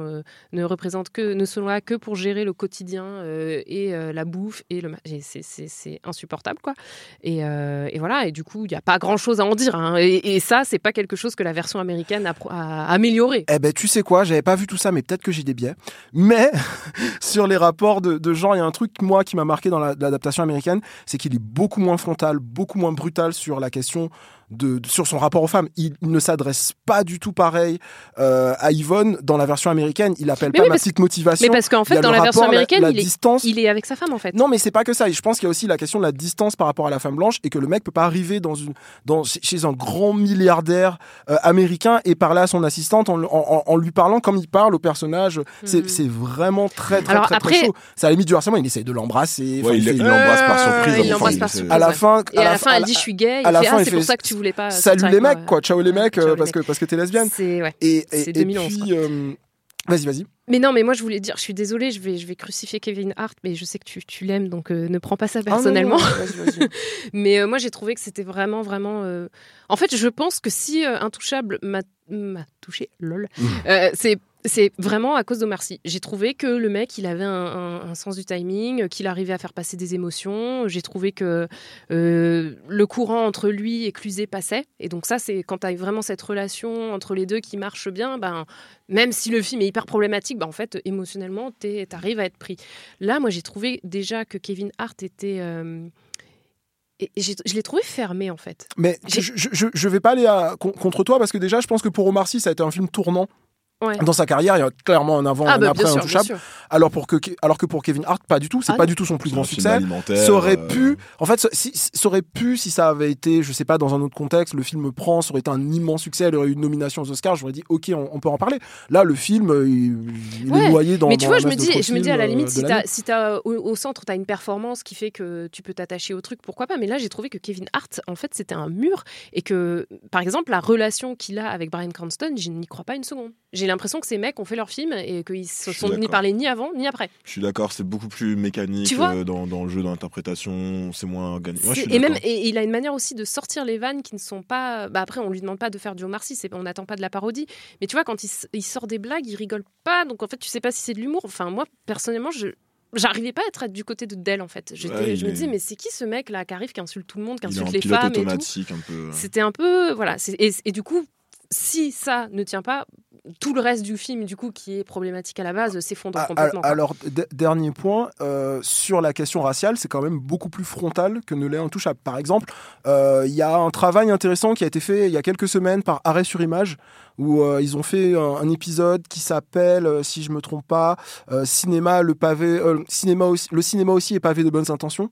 ne sont là que pour gérer le quotidien et la bouffe et c'est insupportable, quoi. Et voilà, et du coup, il n'y a pas grand-chose à en dire, hein. Et ça, c'est pas quelque chose que la version américaine a amélioré. Eh ben, tu sais quoi, j'avais pas vu tout ça, mais peut-être que j'ai des biais. Mais sur les rapports de genre, il y a un truc, moi, qui m'a marqué dans l'adaptation américaine, c'est qu'il est beaucoup moins frontal, beaucoup moins brutal sur la question sur son rapport aux femmes. Il ne s'adresse pas du tout pareil à Yvonne dans la version américaine. Il appelle pas ma petite motivation. Mais parce qu'en fait, dans la version américaine, il est avec sa femme, en fait. Non, mais c'est pas que ça. Je pense qu'il y a aussi la question de la distance par rapport à la femme blanche et que le mec peut pas arriver chez un grand milliardaire américain et parler à son assistante en lui parlant comme il parle au personnage. C'est vraiment très chaud. C'est à la limite du harcèlement. Il essaye de l'embrasser. Ouais, il l'embrasse par surprise. Il l'embrasse par surprise. À la fin, elle dit je suis gay. C'est pour ça que tu voulais pas. Salut les mecs, quoi. Ciao les mecs, parce que t'es lesbienne. C'est 2011. Et puis, vas-y. Mais non, mais moi je voulais dire, je suis désolée, je vais crucifier Kevin Hart, mais je sais que tu l'aimes, donc ne prends pas ça personnellement. Vas-y. Mais moi j'ai trouvé que c'était vraiment. En fait, je pense que si Intouchable m'a touché, lol, c'est vraiment à cause d'Omar Sy. J'ai trouvé que le mec, il avait un sens du timing, qu'il arrivait à faire passer des émotions. J'ai trouvé que le courant entre lui et Cluzet passait. Et donc ça, c'est quand tu as vraiment cette relation entre les deux qui marche bien, même si le film est hyper problématique, en fait, émotionnellement, t'arrives à être pris. Là, moi, j'ai trouvé déjà que Kevin Hart était... je l'ai trouvé fermé, en fait. Mais je vais pas aller contre toi, parce que déjà, je pense que pour Omar Sy, ça a été un film tournant. Ouais. Dans sa carrière, il y a clairement un avant et un après Intouchable. Alors que pour Kevin Hart, pas du tout. C'est pas du tout son plus grand succès. Ça aurait pu, en fait, ça aurait pu, si ça avait été, je sais pas, dans un autre contexte, le film prend, ça aurait été un immense succès, il aurait eu une nomination aux Oscars, j'aurais dit, ok, on peut en parler. Là, le film, il est noyé dans. Mais tu vois, je me dis à la limite, si t'as au centre, t'as une performance qui fait que tu peux t'attacher au truc, pourquoi pas. Mais là, j'ai trouvé que Kevin Hart, en fait, c'était un mur et que, par exemple, la relation qu'il a avec Bryan Cranston, je n'y crois pas une seconde. J'ai l'impression que ces mecs ont fait leur film et qu'ils se sont ni parlé ni avant ni après. Je suis d'accord, c'est beaucoup plus mécanique dans le jeu d'interprétation, c'est moins gagné. Et il a une manière aussi de sortir les vannes qui ne sont pas. Après, on lui demande pas de faire du Omar Sy, on n'attend pas de la parodie. Mais tu vois, quand il sort des blagues, il rigole pas. Donc en fait, tu sais pas si c'est de l'humour. Enfin, moi, personnellement, j'arrivais pas à être du côté de Del, en fait. Je me disais, mais c'est qui ce mec là qui arrive, qui insulte tout le monde, qui insulte les femmes et tout. C'était un peu. Voilà. Et du coup, si ça ne tient pas, tout le reste du film, du coup, qui est problématique à la base, s'effondre complètement. Alors, dernier point, sur la question raciale, c'est quand même beaucoup plus frontal que ne l'est Intouchable. Par exemple, il y a un travail intéressant qui a été fait il y a quelques semaines par Arrêt sur Image, où ils ont fait un épisode qui s'appelle, si je me trompe pas, le cinéma aussi est pavé de bonnes intentions.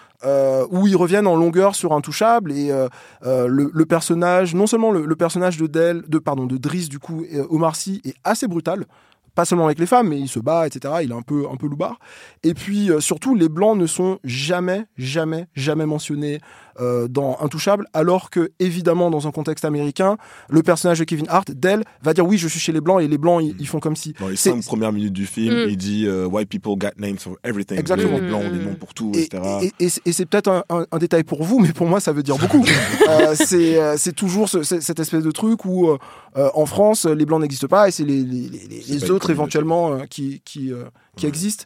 Où ils reviennent en longueur sur Intouchable et le personnage, non seulement le personnage de Driss, du coup, Omar Sy, est assez brutal, pas seulement avec les femmes, mais il se bat, etc. Il est un peu loupard. Et puis surtout, les blancs ne sont jamais mentionnés dans Intouchable, alors que, évidemment, dans un contexte américain, le personnage de Kevin Hart, Del, va dire oui, je suis chez les blancs, et les blancs, ils font comme si. Dans les 5 premières minutes du film, il dit white people got names for everything. Exactement. Les blancs ont des noms pour tout, etc. Et c'est peut-être un détail pour vous, mais pour moi, ça veut dire beaucoup. C'est toujours cette espèce de truc où, en France, les blancs n'existent pas, et c'est les autres, éventuellement, qui existent.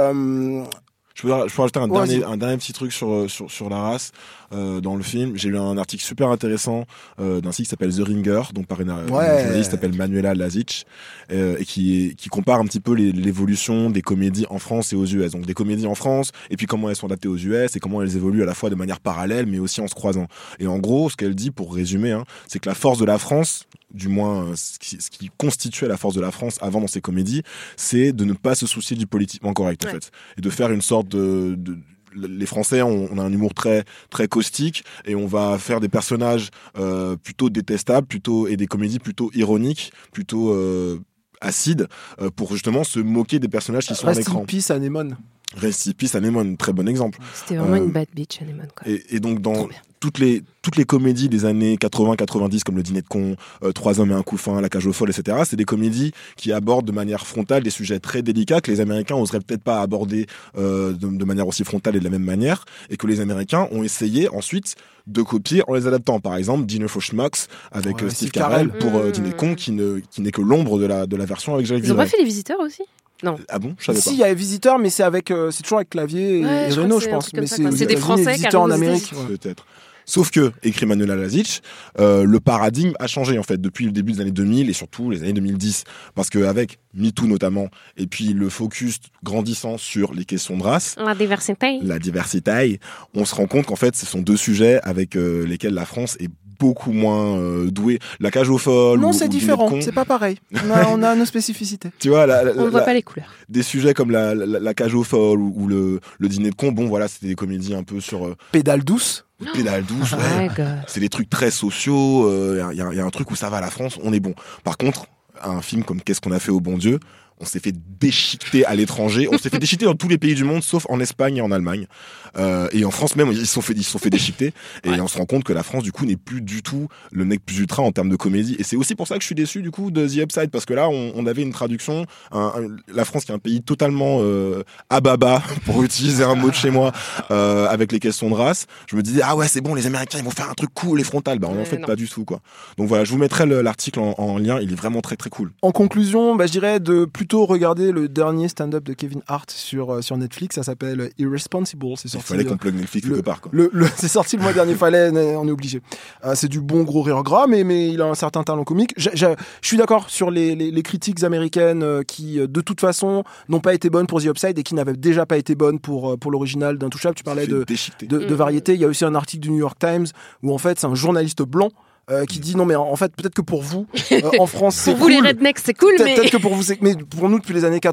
Je peux rajouter un dernier petit truc sur la race dans le film. J'ai lu un article super intéressant d'un site qui s'appelle The Ringer, donc par une journaliste qui s'appelle Manuela Lazic, et qui compare un petit peu l'évolution des comédies en France et aux US. Donc des comédies en France, et puis comment elles sont adaptées aux US, et comment elles évoluent à la fois de manière parallèle, mais aussi en se croisant. Et en gros, ce qu'elle dit, pour résumer, c'est que la force de la France, du moins ce qui constituait la force de la France avant dans ces comédies, c'est de ne pas se soucier du politiquement correct, en fait, et de faire une sorte les Français on a un humour très très caustique, et on va faire des personnages plutôt détestables, et des comédies plutôt ironiques, plutôt acides, pour justement se moquer des personnages qui sont à l'écran. Rest in peace, Anémone. Rest in Peace, Anemone, très bon exemple. C'était vraiment une bad bitch, Anemone. Et donc, dans toutes les comédies des années 80-90, comme Le Dîner de Cons, 3 hommes et un couffin, La Cage aux folles, etc., c'est des comédies qui abordent de manière frontale des sujets très délicats que les Américains oseraient peut-être pas aborder de manière aussi frontale et de la même manière, et que les Américains ont essayé ensuite de copier en les adaptant. Par exemple, Dinner for Schmucks avec Steve Carell pour Dîner de Cons, qui n'est que l'ombre de la version avec Jacques Villeray. Ils ont pas fait Les Visiteurs aussi? Non. Ah bon, je savais pas. Si, il y a Visiteurs, mais c'est toujours avec Clavier et Reno, je pense. Mais c'est des Français qui Visiteurs en Amérique. Peut-être. Sauf que, écrit Manuela Lazic, le paradigme a changé en fait depuis le début des années 2000 et surtout les années 2010, parce qu'avec MeToo notamment, et puis le focus grandissant sur les questions de race, la diversité, on se rend compte qu'en fait ce sont deux sujets avec lesquels la France est beaucoup moins douée. La Cage aux folles. Non, c'est différent, c'est pas pareil. On a nos spécificités. Tu vois, on ne voit pas les couleurs. Des sujets comme la Cage aux folles ou le Dîner de Cons, bon voilà, c'était des comédies un peu sur Pédale douce. Pédale douce, ouais. C'est des trucs très sociaux. Il y a un truc où ça va, la France, on est bon. Par contre, un film comme Qu'est-ce qu'on a fait au bon Dieu, on s'est fait déchiqueter à l'étranger. On s'est fait déchiqueter dans tous les pays du monde, sauf en Espagne et en Allemagne. Et en France même, ils se sont fait déchiqueter. Et on se rend compte que la France, du coup, n'est plus du tout le nec plus ultra en termes de comédie. Et c'est aussi pour ça que je suis déçu, du coup, de The Upside. Parce que là, on avait une traduction. La France, qui est un pays totalement ababa, pour utiliser un mot de chez moi, avec les questions de race. Je me disais, ah ouais, c'est bon, les Américains, ils vont faire un truc cool et frontal. On en fait pas du tout, quoi. Donc voilà, je vous mettrai l'article en lien. Il est vraiment très, très cool. En conclusion, je dirais de plutôt regarder le dernier stand-up de Kevin Hart sur Netflix. Ça s'appelle Irresponsible. C'est sorti. Il fallait qu'on plug Netflix quelque part, quoi. C'est sorti le mois dernier. On est obligé. C'est du bon gros rire gras, mais il a un certain talent comique. Je suis d'accord sur les critiques américaines qui, de toute façon, n'ont pas été bonnes pour The Upside et qui n'avaient déjà pas été bonnes pour l'original d'Intouchable. Tu parlais de variété. Il y a aussi un article du New York Times où en fait c'est un journaliste blanc qui dit non mais en fait peut-être que pour vous en France c'est pour vous cool. Les rednecks c'est cool, peut-être que pour vous mais pour nous depuis les années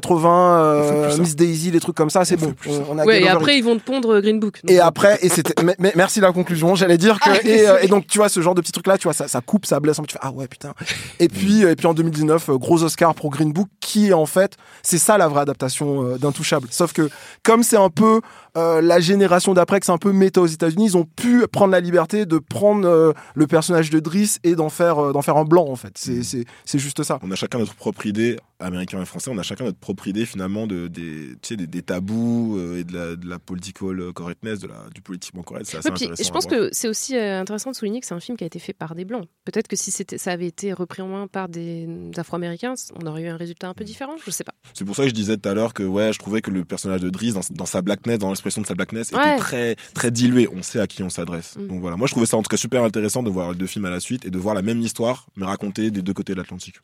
80 Miss Daisy, les trucs comme ça c'est bon. On a et après ils vont te pondre Green Book. Et après c'était merci la conclusion, j'allais dire que et donc tu vois ce genre de petits trucs là, tu vois ça coupe, ça blesse, tu fais ah ouais putain. Et puis en 2019 gros Oscar pour Green Book qui est en fait c'est ça la vraie adaptation d'Intouchable. Sauf que comme c'est un peu la génération d'après, que c'est un peu méta aux États-Unis, ils ont pu prendre la liberté de prendre le personnage de Driss et d'en faire un blanc en fait. C'est juste ça. On a chacun notre propre idée, américains et français, on a chacun notre propre idée finalement des tabous et de la political correctness, du politiquement correct. C'est assez intéressant. Je pense que c'est aussi intéressant de souligner que c'est un film qui a été fait par des blancs. Peut-être que si ça avait été repris en main par des Afro-Américains, on aurait eu un résultat un peu différent. Je sais pas. C'est pour ça que je disais tout à l'heure que je trouvais que le personnage de Driss dans sa blackness, dans l'expression de sa blackness, était très très dilué. On sait à qui on s'adresse. Donc voilà, moi je trouvais ça en tout cas super intéressant de voir les deux films à la suite et de voir la même histoire mais racontée des deux côtés de l'Atlantique.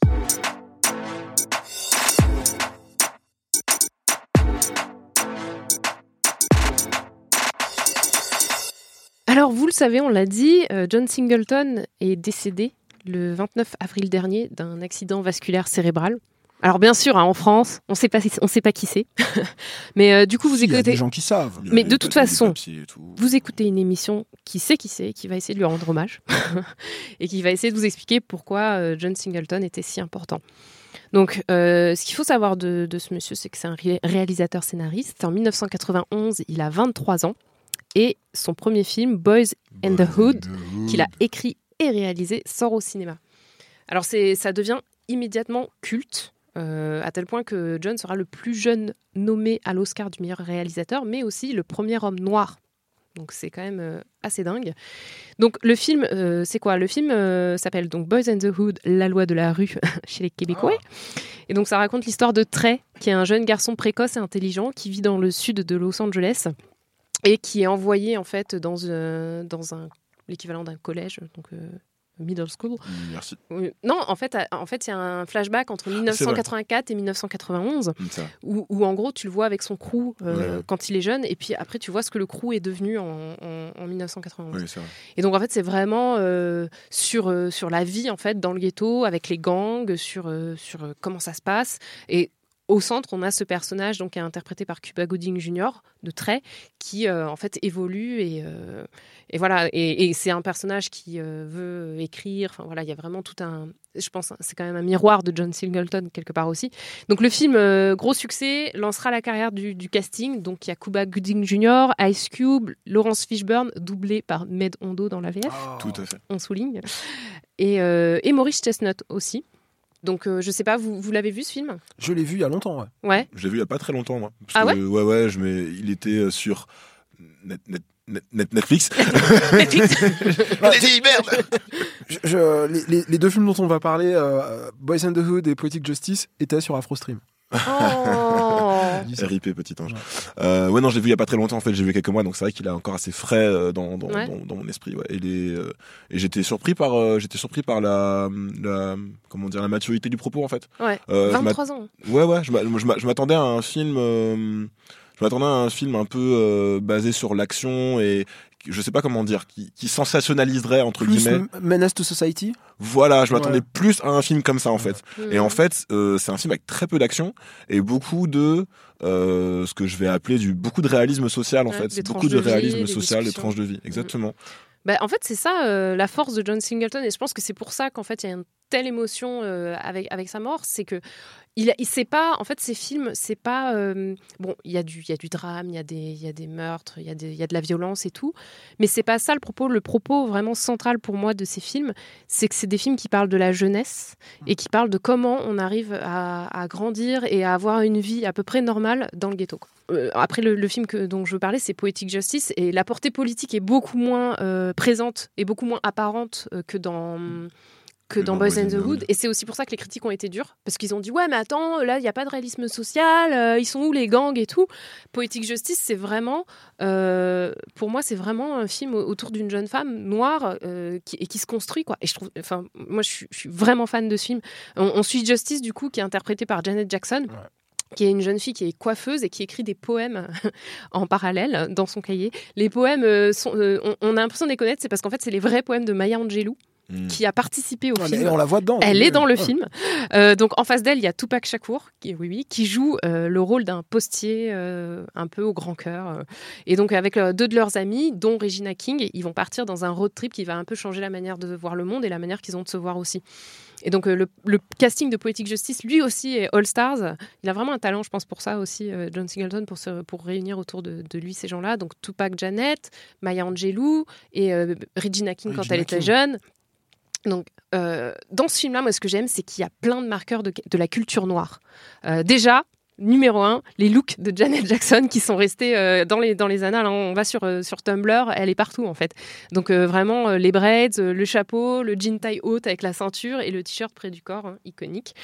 Alors, vous le savez, on l'a dit, John Singleton est décédé le 29 avril dernier d'un accident vasculaire cérébral. Alors bien sûr, en France, on sait pas qui c'est, mais du coup vous écoutez. Il y a des gens qui savent. Mais de toute façon, vous écoutez une émission qui sait qui c'est, qui va essayer de lui rendre hommage et qui va essayer de vous expliquer pourquoi John Singleton était si important. Donc, ce qu'il faut savoir de ce monsieur, c'est que c'est un réalisateur scénariste. En 1991, il a 23 ans et son premier film, Boys in the Hood, qu'il a écrit et réalisé, sort au cinéma. Alors ça devient immédiatement culte. À tel point que John sera le plus jeune nommé à l'Oscar du meilleur réalisateur, mais aussi le premier homme noir. Donc c'est quand même assez dingue. Donc le film, c'est quoi ? Le film s'appelle donc Boys in the Hood, la loi de la rue chez les Québécois. Et donc ça raconte l'histoire de Trey, qui est un jeune garçon précoce et intelligent qui vit dans le sud de Los Angeles et qui est envoyé en fait dans l'équivalent d'un collège, donc middle school. Merci. Non, en fait, il y a un flashback entre 1984 et 1991 où en gros, tu le vois avec son crew quand il est jeune, et puis après, tu vois ce que le crew est devenu en 1991. Oui, c'est vrai. Et donc, en fait, c'est vraiment sur la vie en fait dans le ghetto, avec les gangs, sur comment ça se passe. Et au centre, on a ce personnage donc, qui est interprété par Cuba Gooding Jr. de Trey, qui en fait évolue et voilà. Et c'est un personnage qui veut écrire. Enfin voilà, il y a vraiment tout un. Je pense c'est quand même un miroir de John Singleton quelque part aussi. Donc le film, gros succès, lancera la carrière du casting. Donc il y a Cuba Gooding Jr., Ice Cube, Laurence Fishburne, doublé par Med Hondo dans la VF. Oh. Tout à fait. On souligne. Et Maurice Chestnut aussi. Donc, je sais pas, vous l'avez vu ce film ? Je l'ai vu il y a longtemps, ouais. Je l'ai vu il y a pas très longtemps, moi. Ah ouais ? Ouais, il était sur Netflix. Netflix. Merde. Les deux films dont on va parler, Boys in the Hood et Poetic Justice, étaient sur AfroStream. Oh. RIP petit ange. Ouais, non, je l'ai vu il y a pas très longtemps en fait, j'ai vu quelques mois, donc c'est vrai qu'il est encore assez frais dans mon esprit. Ouais. Et j'étais surpris par la comment dire, la maturité du propos en fait. Ouais. 23 ans. Ouais, je m'attendais à un film. Je m'attendais à un film un peu basé sur l'action et je sais pas comment dire, qui sensationnaliserait entre guillemets. Menace to Society. Voilà, je m'attendais plus à un film comme ça en fait. Et en fait, c'est un film avec très peu d'action et beaucoup de ce que je vais appeler beaucoup de réalisme social en fait. Beaucoup de réalisme social, des tranches de vie, exactement. Bah, en fait, c'est ça la force de John Singleton, et je pense que c'est pour ça qu'en fait il y a une telle émotion avec sa mort, c'est que il sait pas, en fait, ces films, c'est pas bon, il y a du drame, il y a des meurtres, il y a de la violence et tout, mais c'est pas ça le propos. Le propos vraiment central pour moi de ces films, c'est que c'est des films qui parlent de la jeunesse et qui parlent de comment on arrive à grandir et à avoir une vie à peu près normale dans le ghetto. Après, le film dont je veux parler, c'est Poetic Justice, et la portée politique est beaucoup moins présente et beaucoup moins apparente que dans Boys in the Hood. Et c'est aussi pour ça que les critiques ont été dures, parce qu'ils ont dit ouais mais attends, là il n'y a pas de réalisme social, ils sont où les gangs et tout. Poetic Justice, c'est vraiment pour moi c'est vraiment un film autour d'une jeune femme noire qui se construit quoi. Et je trouve, enfin moi je suis vraiment fan de ce film. On suit Justice du coup, qui est interprétée par Janet Jackson. Ouais. Qui est une jeune fille qui est coiffeuse et qui écrit des poèmes en parallèle dans son cahier. Les poèmes, on a l'impression de les connaître, c'est parce qu'en fait, c'est les vrais poèmes de Maya Angelou, qui a participé au film. On la voit dedans. Elle est dans le film. Donc, en face d'elle, il y a Tupac Shakur, qui joue le rôle d'un postier un peu au grand cœur. Et donc, avec deux de leurs amis, dont Regina King, ils vont partir dans un road trip qui va un peu changer la manière de voir le monde et la manière qu'ils ont de se voir aussi. Et donc, le casting de Poetic Justice, lui aussi, est All Stars. Il a vraiment un talent, je pense, pour ça aussi, John Singleton, pour réunir autour de lui ces gens-là. Donc, Tupac, Janet, Maya Angelou et Regina King quand elle était jeune. Donc, dans ce film-là, moi, ce que j'aime, c'est qu'il y a plein de marqueurs de la culture noire. Déjà, numéro 1, les looks de Janet Jackson qui sont restés dans les annales. Hein. On va sur Tumblr, elle est partout en fait. Donc vraiment les braids, le chapeau, le jean taille haute avec la ceinture et le t-shirt près du corps, hein, iconique.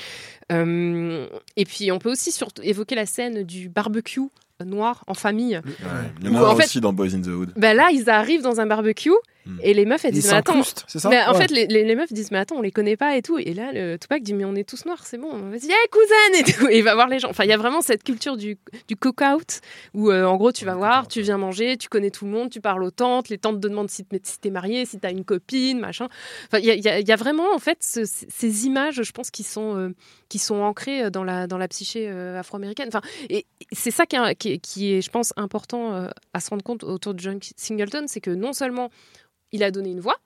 Et puis on peut aussi évoquer la scène du barbecue noir en famille. Il y en a aussi dans Boys in the Hood. Là, ils arrivent dans un barbecue et les meufs, elles disent mais attends, c'est ça, mais en fait les meufs disent mais attends, on les connaît pas et tout. Et là, le Tupac dit mais on est tous noirs, c'est bon. Vas-y, hey, cousine et tout. Et il va voir les gens. Enfin, il y a vraiment cette culture du cook-out où en gros tu vas voir, tu viens manger, tu connais tout le monde, tu parles aux tantes, les tantes te demandent si t'es marié, si t'as une copine, machin. Enfin, il y a vraiment en fait ces images, je pense, qui sont ancrées dans la psyché afro-américaine. Enfin, et c'est ça qui est, je pense, important à se rendre compte autour de John Singleton, c'est que non seulement il a donné une voix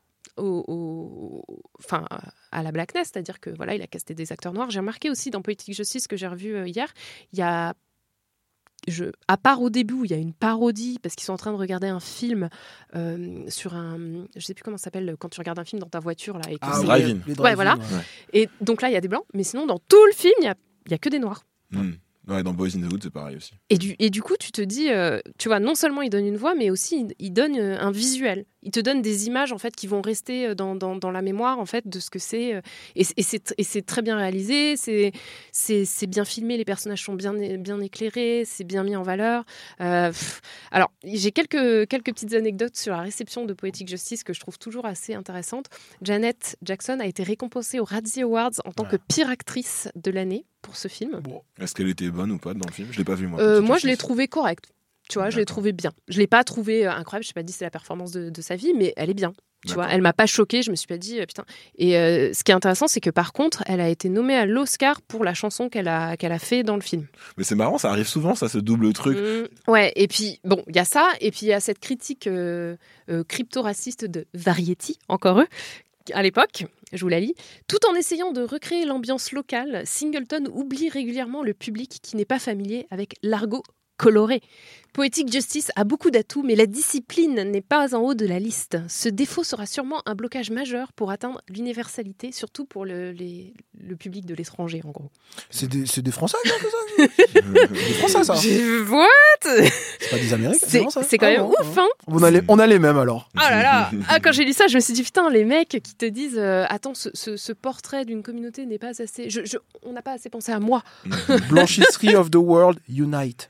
à la blackness, c'est-à-dire que voilà, il a casté des acteurs noirs. J'ai remarqué aussi dans Poetic Justice que j'ai revu hier, il y a à part au début où il y a une parodie parce qu'ils sont en train de regarder un film sur un, je sais plus comment ça s'appelle quand tu regardes un film dans ta voiture là et que drive-in. Ouais, voilà. Ouais. Et donc là il y a des blancs, mais sinon dans tout le film il y a que des noirs. Ouais, dans Boys in the Hood, c'est pareil aussi. Et du coup, tu te dis, tu vois, non seulement il donne une voix, mais aussi il donne un visuel. Il te donne des images en fait qui vont rester dans la mémoire en fait de ce que c'est. Et c'est très bien réalisé, c'est bien filmé, les personnages sont bien éclairés, c'est bien mis en valeur. Alors, j'ai quelques petites anecdotes sur la réception de Poetic Justice que je trouve toujours assez intéressantes. Janet Jackson a été récompensée aux Razzie Awards en tant que pire actrice de l'année pour ce film. Bon. Est-ce qu'elle était bonne ou pas dans le film ? Je l'ai pas vu moi. Moi, je l'ai trouvé correcte. Tu vois, je l'ai trouvé bien. Je l'ai pas trouvé incroyable. Je n'ai pas dit que c'est la performance de sa vie, mais elle est bien. Tu vois, elle m'a pas choquée, je me suis pas dit putain. Et ce qui est intéressant, c'est que par contre, elle a été nommée à l'Oscar pour la chanson qu'elle a fait dans le film. Mais c'est marrant, ça arrive souvent, ça, ce double truc. Ouais, et puis bon, il y a ça, et puis il y a cette critique crypto-raciste de Variety, encore eux, à l'époque. Je vous la lis. Tout en essayant de recréer l'ambiance locale, Singleton oublie régulièrement le public qui n'est pas familier avec l'argot coloré. Poetic Justice a beaucoup d'atouts, mais la discipline n'est pas en haut de la liste. Ce défaut sera sûrement un blocage majeur pour atteindre l'universalité, surtout pour le public de l'étranger, en gros. C'est des Français, ça. Des Français, ça. What? C'est pas des Américains, c'est quand même ouf, hein. On a les mêmes, alors. Oh là là. Quand j'ai lu ça, je me suis dit, putain, les mecs qui te disent attends, ce portrait d'une communauté n'est pas assez... on n'a pas assez pensé à moi. Blanchisserie of the world, unite.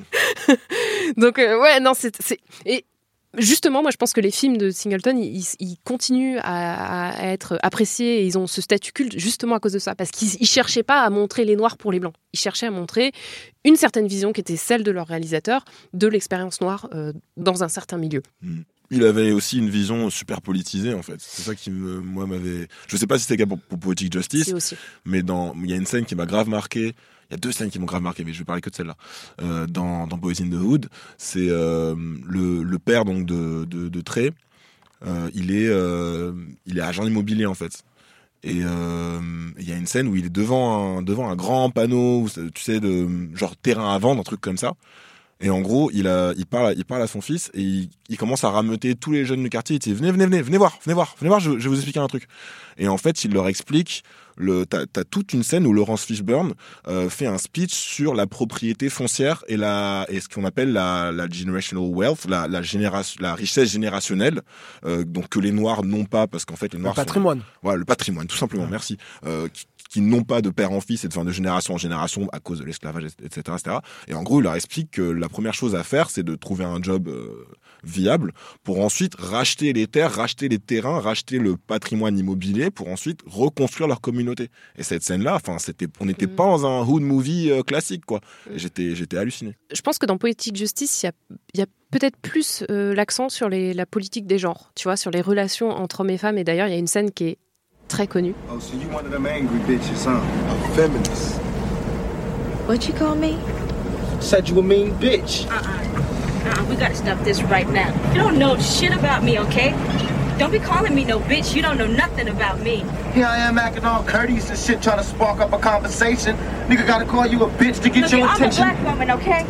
Donc, ouais, non, Et justement, moi, je pense que les films de Singleton, ils continuent à être appréciés et ils ont ce statut culte justement à cause de ça. Parce qu'ils ne cherchaient pas à montrer les noirs pour les blancs. Ils cherchaient à montrer une certaine vision qui était celle de leur réalisateur de l'expérience noire dans un certain milieu. Il avait aussi une vision super politisée, en fait. C'est ça qui m'avait... Je sais pas si c'était le cas pour Poetic Justice, mais il y a une scène qui m'a grave marqué. Il y a 2 scènes qui m'ont grave marqué, mais je vais parler que de celle-là. Dans Boys in the Hood, c'est le père donc de Trey. Il est agent immobilier, en fait. Et il y a une scène où il est devant un grand panneau, tu sais, de genre terrain à vendre, un truc comme ça. Et en gros, il parle à son fils et il commence à rameuter tous les jeunes du quartier. Il dit venez voir, je vais vous expliquer un truc. Et en fait, il leur explique t'as toute une scène où Laurence Fishburne fait un speech sur la propriété foncière et ce qu'on appelle la generational wealth, la richesse générationnelle, donc que les Noirs n'ont pas parce qu'en fait les Noirs le patrimoine. Voilà, le patrimoine, tout simplement. Merci. Qui n'ont pas de père en fils et de génération en génération à cause de l'esclavage, etc., etc. Et en gros, il leur explique que la première chose à faire, c'est de trouver un job viable pour ensuite racheter les terres, racheter les terrains, racheter le patrimoine immobilier pour ensuite reconstruire leur communauté. Et cette scène-là, on n'était pas dans un hood movie classique, quoi. Et j'étais halluciné. Je pense que dans Poetic Justice, il y a peut-être plus l'accent sur la politique des genres, tu vois, sur les relations entre hommes et femmes. Et d'ailleurs, il y a une scène qui est très connu. Oh, so you one of them angry bitches, huh? A feminist. What you call me? Said you a mean bitch. We gotta stop this right now. You don't know shit about me, okay? Don't be calling me no bitch. You don't know nothing about me. Here I am acting all courteous and shit, trying to spark up a conversation. Nigga gotta call you a bitch to get your attention. I'm a black woman, okay?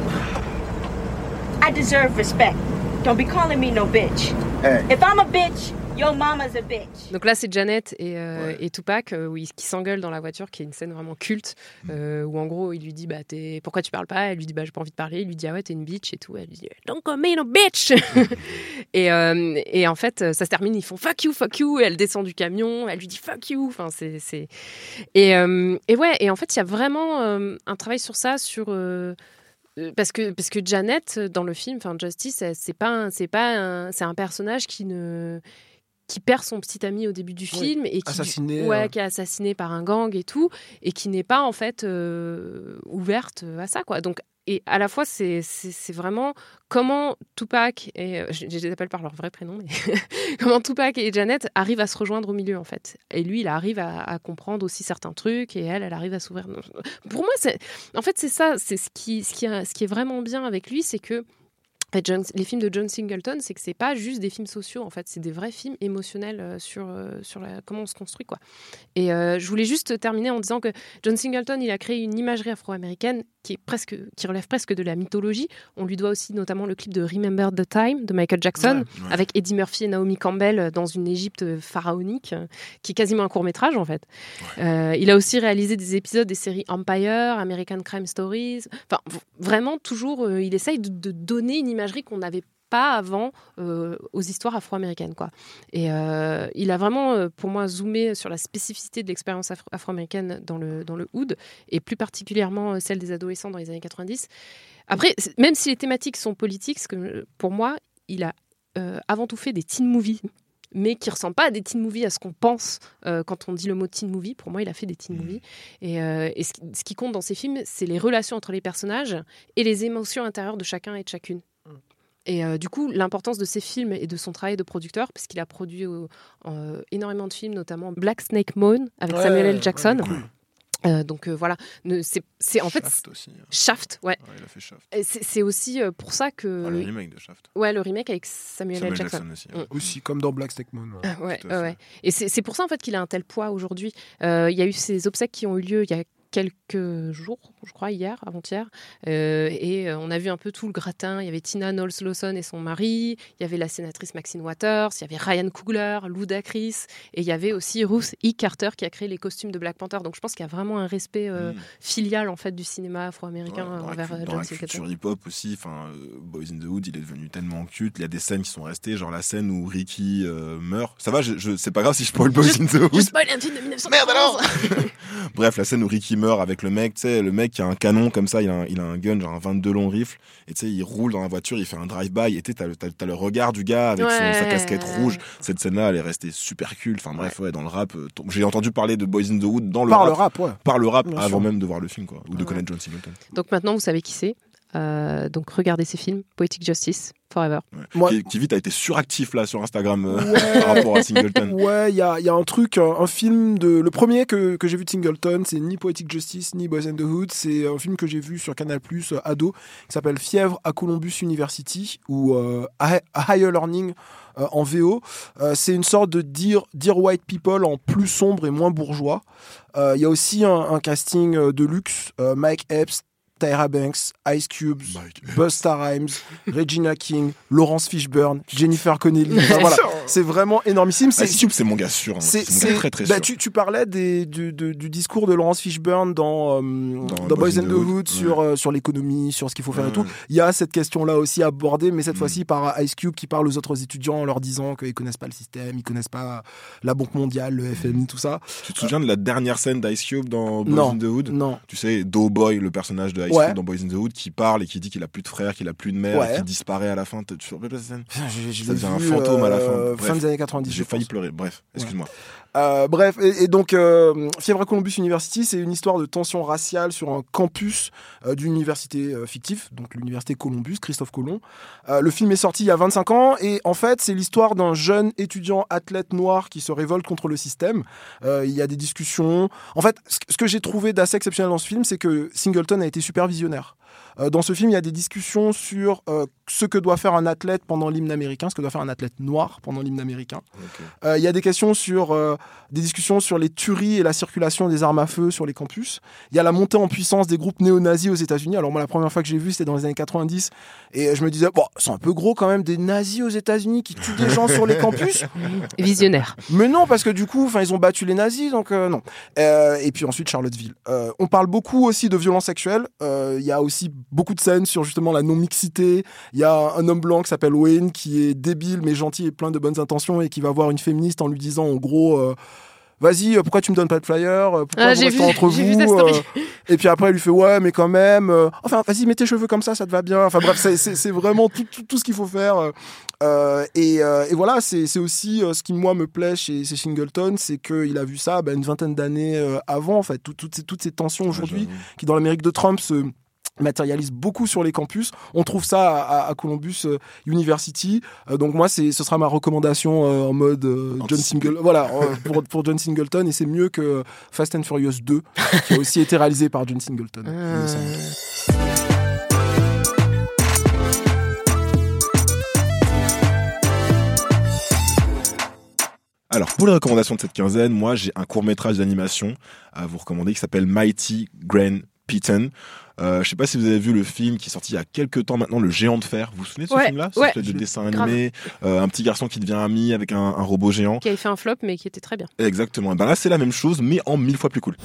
I deserve respect. Don't be calling me no bitch. Hey. If I'm a bitch, your mama's a bitch. Donc là, c'est Janet et Tupac qui s'engueulent dans la voiture, qui est une scène vraiment culte, où en gros, il lui dit pourquoi tu parles pas? Elle lui dit j'ai pas envie de parler. Il lui dit ah ouais, t'es une bitch et tout. Elle lui dit don't call me no bitch. et en fait, ça se termine, ils font fuck you. Et elle descend du camion, elle lui dit fuck you. Enfin, et en fait, il y a vraiment un travail sur ça, parce que Janet dans le film, enfin Justice, c'est un personnage qui perd son petit ami au début du film et qui est assassiné par un gang et tout, et qui n'est pas en fait ouverte à ça, quoi. Donc, et à la fois c'est vraiment comment Tupac et je les appelle par leur vrai prénom, mais comment Tupac et Janet arrivent à se rejoindre au milieu, en fait. Et lui, il arrive à comprendre aussi certains trucs, et elle arrive à s'ouvrir. Pour moi, c'est ça, c'est ce qui est vraiment bien avec lui, c'est que en fait, les films de John Singleton, c'est que c'est pas juste des films sociaux, en fait, c'est des vrais films émotionnels sur comment on se construit, quoi. Et je voulais juste terminer en disant que John Singleton, il a créé une imagerie afro-américaine qui relève presque de la mythologie. On lui doit aussi notamment le clip de Remember the Time de Michael Jackson, avec Eddie Murphy et Naomi Campbell dans une Égypte pharaonique, qui est quasiment un court-métrage, en fait. Il a aussi réalisé des épisodes des séries Empire, American Crime Stories. Enfin, vraiment, toujours, il essaye de donner une imagerie qu'on n'avait pas avant aux histoires afro-américaines, quoi. Et il a vraiment, pour moi, zoomé sur la spécificité de l'expérience afro-américaine dans le hood, et plus particulièrement celle des adolescents dans les années 90. Après, même si les thématiques sont politiques, pour moi, il a avant tout fait des teen movies, mais qui ne ressemblent pas à des teen movies, à ce qu'on pense quand on dit le mot teen movie. Pour moi, il a fait des teen movies. Et ce qui compte dans ces films, c'est les relations entre les personnages et les émotions intérieures de chacun et de chacune. Et du coup, l'importance de ses films et de son travail de producteur, parce qu'il a produit énormément de films, notamment Black Snake Moan avec Samuel L. Jackson. Donc voilà, c'est en fait Shaft aussi. Shaft, ouais. Il a fait Shaft. C'est aussi pour ça que le remake de Shaft. Ouais, le remake avec Samuel L. Jackson aussi. Aussi comme dans Black Snake Moan. Ouais. Et c'est pour ça en fait qu'il a un tel poids aujourd'hui. Il y a eu ces obsèques qui ont eu lieu il y a quelques jours, je crois, avant-hier, et on a vu un peu tout le gratin. Il y avait Tina Knowles-Lawson et son mari, il y avait la sénatrice Maxine Waters, il y avait Ryan Coogler, Ludacris, et il y avait aussi Ruth E. Carter qui a créé les costumes de Black Panther. Donc je pense qu'il y a vraiment un respect filial en fait du cinéma afro-américain envers John Singleton. Dans la culture hip-hop aussi, Boys in the Hood, il est devenu tellement culte. Il y a des scènes qui sont restées, genre la scène où Ricky meurt. Ça va, c'est pas grave si je spoil Boys in the Hood. Je spoil un film de 1991. Merde alors. Bref, la scène où Ricky meurt avec le mec, tu sais, le mec qui a un canon comme ça, il a un gun, genre un 22 long rifle, et tu sais, il roule dans la voiture, il fait un drive-by, et t'as le regard du gars avec sa casquette rouge. Cette scène-là, elle est restée super culte. Enfin bref, dans le rap, j'ai entendu parler de Boys in the Hood dans le rap. Par le rap, avant même de voir le film, quoi, ou de connaître John Singleton. Donc maintenant, vous savez qui c'est. Donc regardez ces films, Poetic Justice, Forever. Qui vite a été suractif là sur Instagram par rapport à Singleton. Ouais, il y a un truc, un film le premier que j'ai vu de Singleton, c'est ni Poetic Justice ni Boys in the Hood, c'est un film que j'ai vu sur Canal+ ado, qui s'appelle Fièvre à Columbus University ou Higher Learning en VO. C'est une sorte de Dear White People en plus sombre et moins bourgeois. Il y a aussi un casting de luxe, Mike Epps, Tyra Banks, Ice Cube, Busta Rhymes, Regina King, Laurence Fishburne, Jennifer Connelly. Voilà. C'est vraiment énormissime. Ice Cube, c'est mon gars sûr. C'est très très sûr. Tu parlais du discours de Laurence Fishburne dans Boys in the Hood sur l'économie, sur ce qu'il faut faire et tout. Il y a cette question-là aussi abordée, mais cette fois-ci par Ice Cube qui parle aux autres étudiants en leur disant qu'ils connaissent pas le système, ils connaissent pas la Banque mondiale, le FMI, tout ça. Tu te souviens de la dernière scène d'Ice Cube dans Boys in the Hood? Non. Tu sais, Doughboy, le personnage de Ice Cube dans Boys in the Hood, qui parle et qui dit qu'il a plus de frère, qu'il a plus de mère, et qui disparaît à la fin. Tu te rappelles cette scène? Ça devient un fantôme à la fin. Fin des années 90. J'ai failli pleurer. Bref, excuse-moi. Bref, et donc Fièvre à Columbus University, c'est une histoire de tension raciale sur un campus d'une université fictive, donc l'université Columbus, Christophe Colomb. Le film est sorti il y a 25 ans et en fait c'est l'histoire d'un jeune étudiant athlète noir qui se révolte contre le système. Il y a des discussions. En fait, ce que j'ai trouvé d'assez exceptionnel dans ce film, c'est que Singleton a été super visionnaire. Dans ce film, il y a des discussions sur ce que doit faire un athlète pendant l'hymne américain, ce que doit faire un athlète noir pendant l'hymne américain. Il y a des discussions sur les tueries et la circulation des armes à feu sur les campus. Il y a la montée en puissance des groupes néo-nazis aux États-Unis. Alors moi, la première fois que j'ai vu, c'était dans les années 90, et je me disais, bon, c'est un peu gros quand même, des nazis aux États-Unis qui tuent des gens sur les campus. Visionnaire. Mais non, parce que du coup, ils ont battu les nazis, donc non. Et puis ensuite, Charlottesville. On parle beaucoup aussi de violences sexuelles. Il y a aussi beaucoup de scènes sur justement la non-mixité. Il y a un homme blanc qui s'appelle Wayne, qui est débile mais gentil et plein de bonnes intentions, et qui va voir une féministe en lui disant en gros vas-y, pourquoi tu me donnes pas de flyer, pourquoi vous restez entre vous, et puis après elle lui fait ouais mais quand même enfin vas-y, mets tes cheveux comme ça te va bien, enfin bref, c'est vraiment tout ce qu'il faut faire, et voilà, c'est aussi ce qui moi me plaît chez Singleton, c'est qu'il a vu ça une vingtaine d'années avant, en fait, toutes ces tensions aujourd'hui qui dans l'Amérique de Trump se matérialise beaucoup sur les campus. On trouve ça à Columbus University. Donc moi, ce sera ma recommandation en mode John Singleton. Voilà, pour John Singleton, et c'est mieux que Fast and Furious 2, qui a aussi été réalisé par John Singleton. Alors, pour les recommandations de cette quinzaine, moi, j'ai un court-métrage d'animation à vous recommander qui s'appelle Mighty Grand Piton. Je sais pas si vous avez vu le film qui est sorti il y a quelques temps maintenant, Le Géant de Fer. Vous vous souvenez de ce film-là? C'est une espèce de dessin animé, un petit garçon qui devient ami avec un robot géant. Qui avait fait un flop, mais qui était très bien. Exactement. Là, c'est la même chose, mais en 1000 fois plus cool.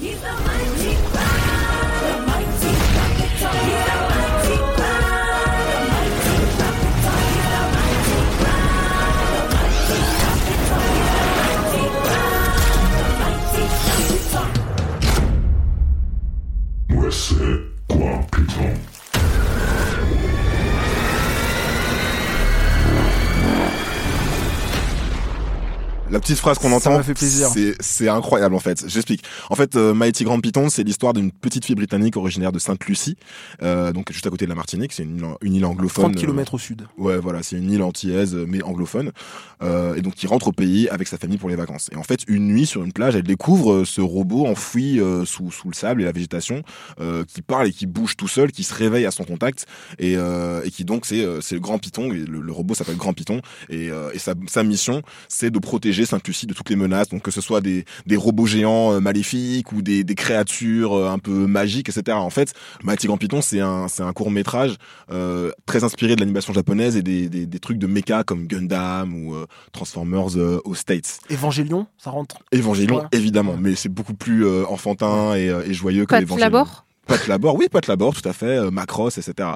La petite phrase qu'on Ça entend, m'a fait plaisir. c'est incroyable en fait. J'explique. En fait, Mighty Grand Piton, c'est l'histoire d'une petite fille britannique originaire de Sainte-Lucie, donc juste à côté de la Martinique. C'est une île anglophone. 30 km au sud. Ouais, voilà, c'est une île antillaise mais anglophone, et donc qui rentre au pays avec sa famille pour les vacances. Et en fait, une nuit sur une plage, elle découvre ce robot enfoui sous le sable et la végétation, qui parle et qui bouge tout seul, qui se réveille à son contact, et qui donc c'est le Grand Piton. Et le robot s'appelle Grand Piton, et sa mission, c'est de protéger Sainte-Lucie de toutes les menaces, donc que ce soit des robots géants maléfiques ou des créatures un peu magiques, etc. En fait, Mighty Grand Piton, c'est un court-métrage très inspiré de l'animation japonaise et des trucs de mecha comme Gundam ou Transformers aux States. Évangélion, ça rentre. Évangélion, Ouais. évidemment, mais c'est beaucoup plus enfantin et joyeux que Pat l'Évangélion. Labor. Pat Labor, oui, Pat Labor, tout à fait, Macross, etc.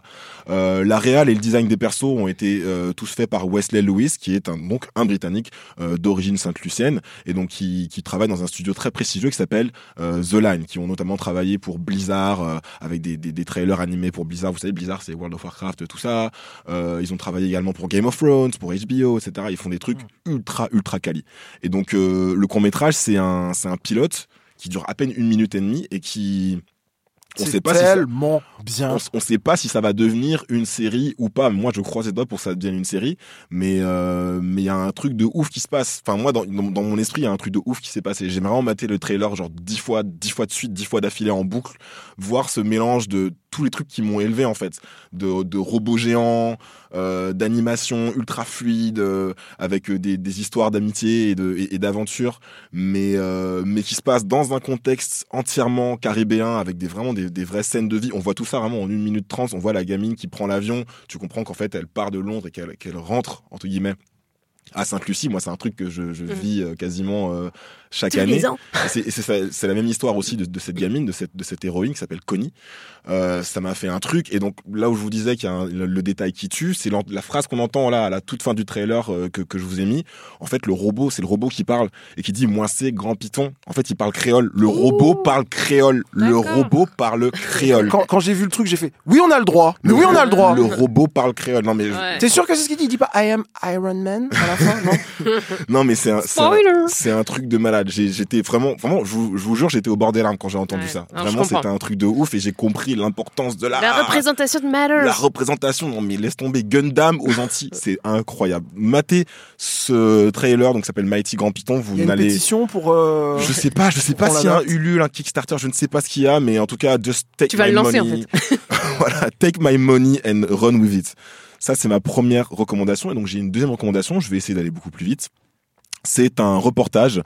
La réal et le design des persos ont été tous faits par Wesley Lewis, qui est donc un Britannique d'origine sainte-lucienne, et donc qui travaille dans un studio très prestigieux qui s'appelle The Line, qui ont notamment travaillé pour Blizzard, avec des trailers animés pour Blizzard. Vous savez, Blizzard, c'est World of Warcraft, tout ça. Ils ont travaillé également pour Game of Thrones, pour HBO, etc. Ils font des trucs ultra quali. Et donc, le court-métrage, c'est un pilote qui dure à peine 1 minute et demie et qui... On C'est sait pas tellement bien. on sait pas si ça va devenir une série ou pas. Moi, je croise les doigts pour que ça devienne une série, mais il y a un truc de ouf qui se passe. Enfin, moi, dans mon esprit, il y a un truc de ouf qui s'est passé. J'aimerais vraiment mater le trailer genre 10 fois de suite, 10 fois d'affilée en boucle, voir ce mélange de tous les trucs qui m'ont élevé en fait, de robots géants, d'animation ultra fluide, avec des histoires d'amitié et d'aventure, mais qui se passe dans un contexte entièrement caribéen, avec vraiment des vraies scènes de vie. On voit tout ça vraiment en 1 minute 30. On voit la gamine qui prend l'avion. Tu comprends qu'en fait, elle part de Londres et qu'elle rentre, entre guillemets, à Sainte-Lucie. Moi, c'est un truc que je vis quasiment chaque Tous année. les ans. C'est la même histoire aussi de cette gamine, de cette héroïne qui s'appelle Connie. Ça m'a fait un truc. Et donc, là où je vous disais qu'il y a le détail qui tue, c'est la phrase qu'on entend là, à la toute fin du trailer que je vous ai mis. En fait, c'est le robot qui parle et qui dit « Moi, c'est Grand Piton ». En fait, il parle créole. Le robot parle créole. Le robot parle créole. Quand j'ai vu le truc, j'ai fait oui, on a le droit. Mais oui, on a le droit. Le robot parle créole. Non, mais Ouais. T'es sûr que c'est ce qu'il dit? Il dit pas I am Iron Man à la fin, non? non, mais c'est Spoiler. un truc de malade. J'étais vraiment, je vous jure, j'étais au bord des larmes quand j'ai entendu Ouais. ça. Non, je Vraiment, comprends. c'était un truc de ouf et j'ai compris l'importance de La représentation de Matters. La représentation, non mais laisse tomber, Gundam aux Antilles, c'est incroyable. Matez ce trailer, donc ça s'appelle Mighty Grand Piton, vous Il y a une n'allez... pétition pour. Je sais pas pour s'il y a la un date. Ulule, un Kickstarter, je ne sais pas ce qu'il y a, mais en tout cas, just take Tu vas my le lancer, money. en fait. Voilà, take my money and run with it. Ça, c'est ma première recommandation. Et donc, j'ai une deuxième recommandation. Je vais essayer d'aller beaucoup plus vite. C'est un reportage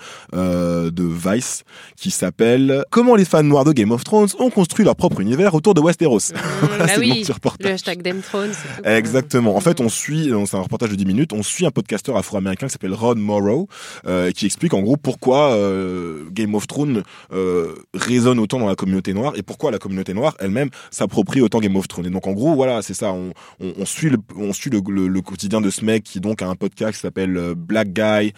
de Vice qui s'appelle « Comment les fans noirs de Game of Thrones ont construit leur propre univers autour de Westeros ». Bah C'est mon oui, petit reportage. le hashtag Game Thrones. c'est tout. Exactement. En fait, c'est un reportage de 10 minutes, on suit un podcasteur afro-américain qui s'appelle Rod Morrow, qui explique en gros pourquoi Game of Thrones résonne autant dans la communauté noire et pourquoi la communauté noire elle-même s'approprie autant Game of Thrones. Et donc en gros, voilà, c'est ça, on suit le quotidien de ce mec qui donc a un podcast qui s'appelle Black Guy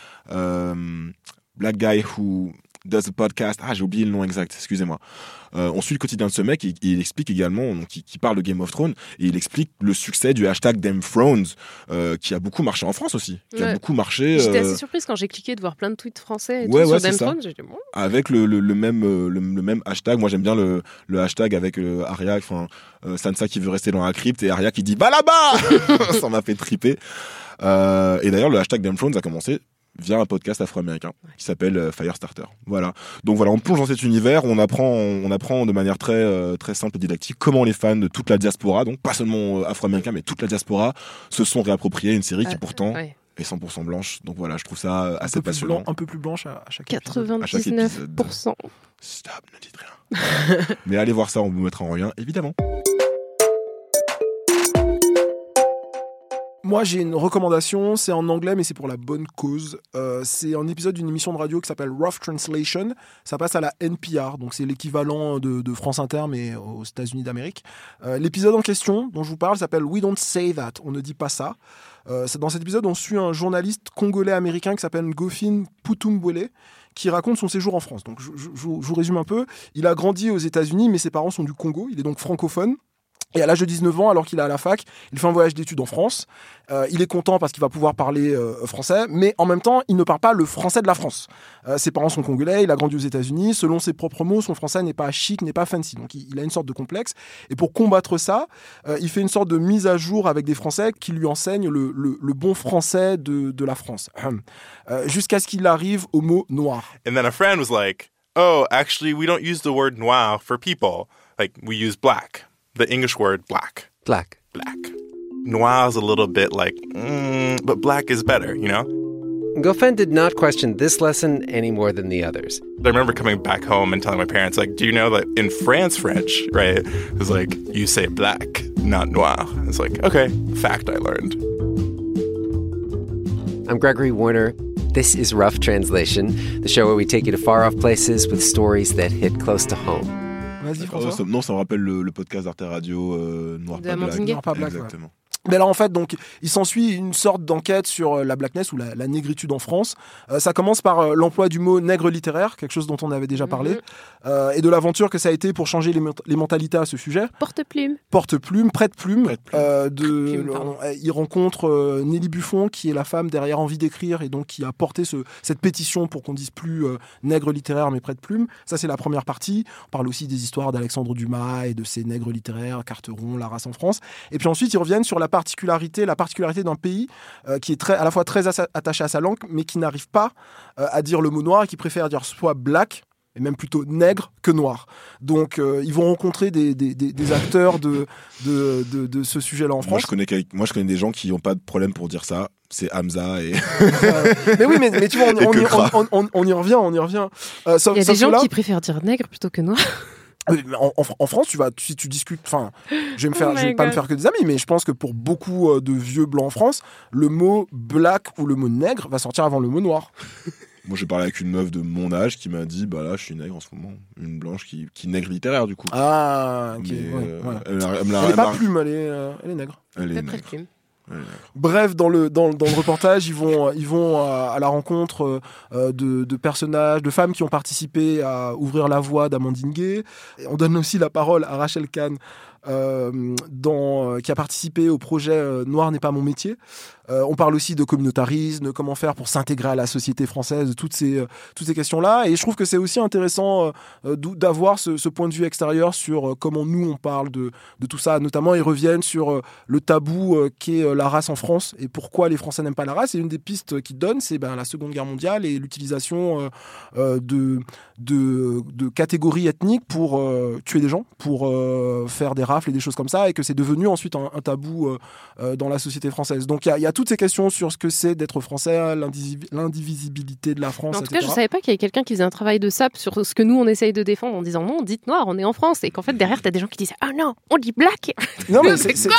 Who Does a Podcast. Ah, j'ai oublié le nom exact, excusez-moi. On suit le quotidien de ce mec et il explique également, qui parle de Game of Thrones, et il explique le succès du hashtag Damn Thrones, qui a beaucoup marché en France aussi. Qui a Ouais. beaucoup marché. J'étais assez surprise quand j'ai cliqué de voir plein de tweets français et Ouais, tout ouais, sur Game c'est ça. Thrones. J'ai dit, bon, Avec le même hashtag. Moi, j'aime bien le hashtag avec Arya, Sansa qui veut rester dans la crypte et Arya qui dit « Va là-bas !» Ça m'a fait triper. Et d'ailleurs, le hashtag Damn Thrones a commencé via un podcast afro-américain qui s'appelle Firestarter. Voilà. Donc voilà, on plonge dans cet univers, on apprend de manière très très simple et didactique comment les fans de toute la diaspora, donc pas seulement afro-américains mais toute la diaspora, se sont réappropriés une série qui pourtant ouais. est 100% blanche. Donc voilà, je trouve ça assez passionnant. Un peu plus blanche à chaque épisode. 99%. Stop, ne dites rien. Mais allez voir ça, on vous mettra en lien, évidemment. Moi, j'ai une recommandation, c'est en anglais, mais c'est pour la bonne cause. C'est un épisode d'une émission de radio qui s'appelle Rough Translation. Ça passe à la NPR, donc c'est l'équivalent de France Inter, mais aux États-Unis d'Amérique. L'épisode en question, dont je vous parle, s'appelle We Don't Say That. On ne dit pas ça. Dans cet épisode, on suit un journaliste congolais-américain qui s'appelle Gofin Putumbwele, qui raconte son séjour en France. Donc, je vous résume un peu. Il a grandi aux États-Unis, mais ses parents sont du Congo. Il est donc francophone. Et à l'âge de 19 ans, alors qu'il est à la fac, il fait un voyage d'études en France. Il est content parce qu'il va pouvoir parler français, mais en même temps, il ne parle pas le français de la France. Ses parents sont congolais, il a grandi aux États-Unis. Selon ses propres mots, son français n'est pas chic, n'est pas fancy. Donc il a une sorte de complexe. Et pour combattre ça, il fait une sorte de mise à jour avec des Français qui lui enseignent le bon français de la France. Jusqu'à ce qu'il arrive au mot noir. And then a friend was like, oh, actually, we don't use the word noir for people. Like, we use black. The English word black. Black. Noir is a little bit like, but black is better, you know? Goffin did not question this lesson any more than the others. I remember coming back home and telling my parents, like, do you know that in French, right, it's like, you say black, not noir. It's like, okay, fact I learned. I'm Gregory Warner. This is Rough Translation, the show where we take you to far-off places with stories that hit close to home. Vas-y, François. Non, ça me rappelle le podcast d'Arte Radio Noir pas black. Noir pas black, exactement. Ouais. Mais là, en fait, donc, il s'ensuit une sorte d'enquête sur la blackness ou la négritude en France. Ça commence par l'emploi du mot nègre littéraire, quelque chose dont on avait déjà parlé, et de l'aventure que ça a été pour changer les mentalités à ce sujet. Porte-plume, prête-plume. Il rencontre Nelly Buffon, qui est la femme derrière Envie d'écrire, et donc qui a porté cette pétition pour qu'on dise plus nègre littéraire, mais prête-plume. Ça, c'est la première partie. On parle aussi des histoires d'Alexandre Dumas et de ses nègres littéraires, Carteron, La race en France. Et puis ensuite, ils reviennent sur la particularité d'un pays qui est à la fois très attaché à sa langue, mais qui n'arrive pas à dire le mot noir et qui préfère dire soit black, et même plutôt nègre que noir. Donc ils vont rencontrer des acteurs de ce sujet-là en France. Moi je connais des gens qui n'ont pas de problème pour dire ça. C'est Hamza et... mais oui, mais tu vois, on y revient. Il y a des gens qui préfèrent dire nègre plutôt que noir. En France, si tu discutes, enfin, je vais pas me faire que des amis, mais je pense que pour beaucoup de vieux blancs en France, le mot black ou le mot nègre va sortir avant le mot noir. Moi, j'ai parlé avec une meuf de mon âge qui m'a dit, bah là, je suis nègre en ce moment. Une blanche qui nègre littéraire, du coup. Ah, ok. Mais, elle est pas plume, elle est nègre. Elle est nègre. Bref, dans le reportage, ils vont à la rencontre de personnages, de femmes qui ont participé à ouvrir la voie d'Amandine Gay. Et on donne aussi la parole à Rachel Kahn, qui a participé au projet Noir n'est pas mon métier. On parle aussi de communautarisme, de comment faire pour s'intégrer à la société française, de toutes ces questions-là. Et je trouve que c'est aussi intéressant d'avoir ce point de vue extérieur sur comment nous on parle de tout ça. Notamment, ils reviennent sur le tabou qu'est la race en France et pourquoi les Français n'aiment pas la race. Et une des pistes qu'ils donnent, c'est la Seconde Guerre mondiale et l'utilisation de catégories ethniques pour tuer des gens, pour faire des rafles et des choses comme ça, et que c'est devenu ensuite un tabou dans la société française. Donc il y a toutes ces questions sur ce que c'est d'être français, l'indivisibilité de la France, en tout cas, etc. je savais pas qu'il y avait quelqu'un qui faisait un travail de sap sur ce que nous on essaye de défendre en disant non, dites noir, on est en France, et qu'en fait derrière t'as des gens qui disent ah non, on dit black. Non mais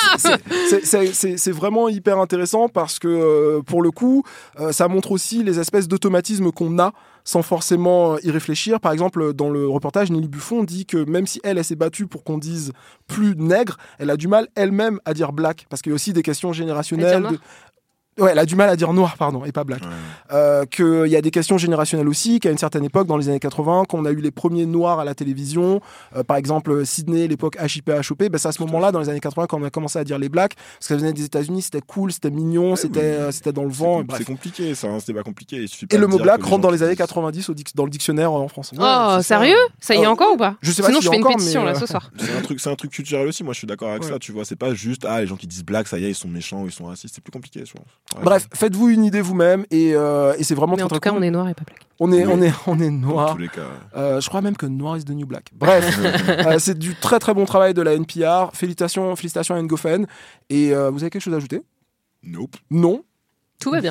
c'est vraiment hyper intéressant parce que pour le coup, ça montre aussi les espèces d'automatismes qu'on a sans forcément y réfléchir. Par exemple, dans le reportage, Nelly Buffon dit que même si elle s'est battue pour qu'on dise plus nègre, elle a du mal elle-même à dire black, parce qu'il y a aussi des questions générationnelles. Ouais, elle a du mal à dire noir, pardon, et pas black. Qu'il y a des questions générationnelles aussi, qu'à une certaine époque, dans les années 80, quand on a eu les premiers noirs à la télévision, par exemple Sydney, l'époque HIP, HOP, c'est à ce moment-là, dans les années 80, quand on a commencé à dire les blacks, parce que ça venait des États-Unis, c'était cool, c'était mignon, c'était dans le vent. C'est compliqué, c'était pas compliqué. Il suffit et le mot black rentre dans les années 90 dans le dictionnaire en France. Oh, sérieux ? Ça y est encore ou pas ? Je sais pas. Sinon, si je fais encore, une pétition là ce soir. C'est un truc culturel aussi. Moi, je suis d'accord avec ça. Tu vois, c'est pas juste les gens qui disent black, ça y est, ils sont méchants ou ils sont racistes. C'est plus compliqué, je pense. Bref, faites-vous une idée vous-même et c'est vraiment mais en très, tout cas cool. on est noir et pas black. On est noir. Dans tous les cas. Je crois même que noir is the new black. Bref, c'est du très très bon travail de la NPR. Félicitations à Ngofen. Et vous avez quelque chose à ajouter ? Nope. Non. Tout va bien.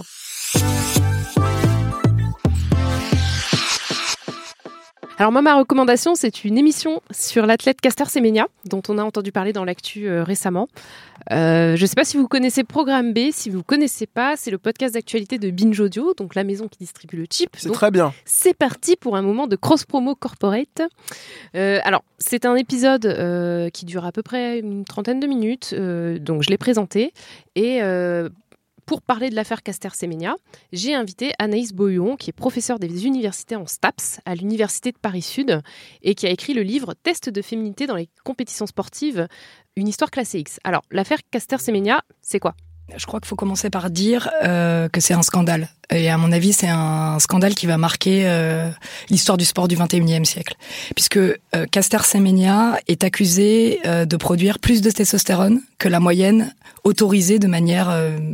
Alors moi, ma recommandation, c'est une émission sur l'athlète Caster Semenya, dont on a entendu parler dans l'actu récemment. Je ne sais pas si vous connaissez Programme B. Si vous ne connaissez pas, c'est le podcast d'actualité de Binge Audio, donc la maison qui distribue le chip. C'est donc, très bien. C'est parti pour un moment de cross-promo corporate. Alors, c'est un épisode qui dure à peu près une trentaine de minutes, donc je l'ai présenté. Et pour parler de l'affaire Caster-Semenya, j'ai invité Anaïs Bohuon, qui est professeure des universités en STAPS à l'Université de Paris-Sud et qui a écrit le livre « Test de féminité dans les compétitions sportives, une histoire classée X ». Alors, l'affaire Caster-Semenya, c'est quoi ? Je crois qu'il faut commencer par dire que c'est un scandale. Et à mon avis, c'est un scandale qui va marquer l'histoire du sport du XXIe siècle. Puisque Caster-Semenya est accusé de produire plus de testostérone que la moyenne autorisée de manière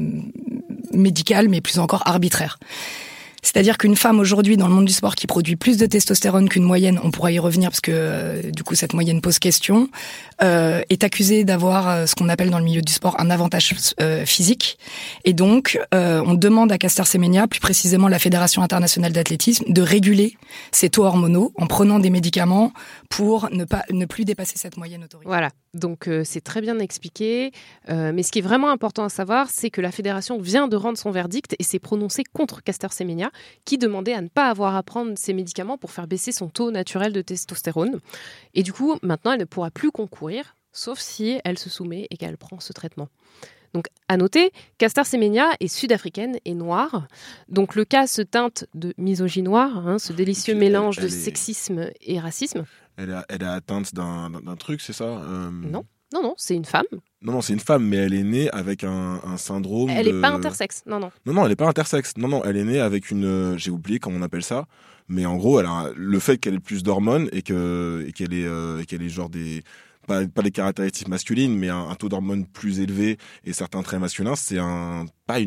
médicale, mais plus encore arbitraire. C'est-à-dire qu'une femme aujourd'hui dans le monde du sport qui produit plus de testostérone qu'une moyenne, on pourra y revenir parce que du coup cette moyenne pose question, est accusée d'avoir ce qu'on appelle dans le milieu du sport un avantage physique. Et donc on demande à Caster-Semenya, plus précisément la Fédération internationale d'athlétisme, de réguler ses taux hormonaux en prenant des médicaments pour ne plus dépasser cette moyenne autorisée. Voilà, donc c'est très bien expliqué. Mais ce qui est vraiment important à savoir, c'est que la fédération vient de rendre son verdict et s'est prononcée contre Caster-Semenya, qui demandait à ne pas avoir à prendre ces médicaments pour faire baisser son taux naturel de testostérone. Et du coup, maintenant, elle ne pourra plus concourir, sauf si elle se soumet et qu'elle prend ce traitement. Donc, à noter, Caster-Semenya est sud-africaine et noire. Donc, le cas se teinte de misogynie noire, ce délicieux mélange de sexisme et racisme. Elle est atteinte d'un truc, c'est ça Non, c'est une femme. Non, c'est une femme, mais elle est née avec un syndrome. Elle n'est pas intersexe, non. Non, elle n'est pas intersexe. Non, elle est née avec une. J'ai oublié comment on appelle ça. Mais en gros, le fait qu'elle ait plus d'hormones et qu'elle ait genre des. Pas des caractéristiques masculines, mais un taux d'hormones plus élevé et certains traits masculins, c'est un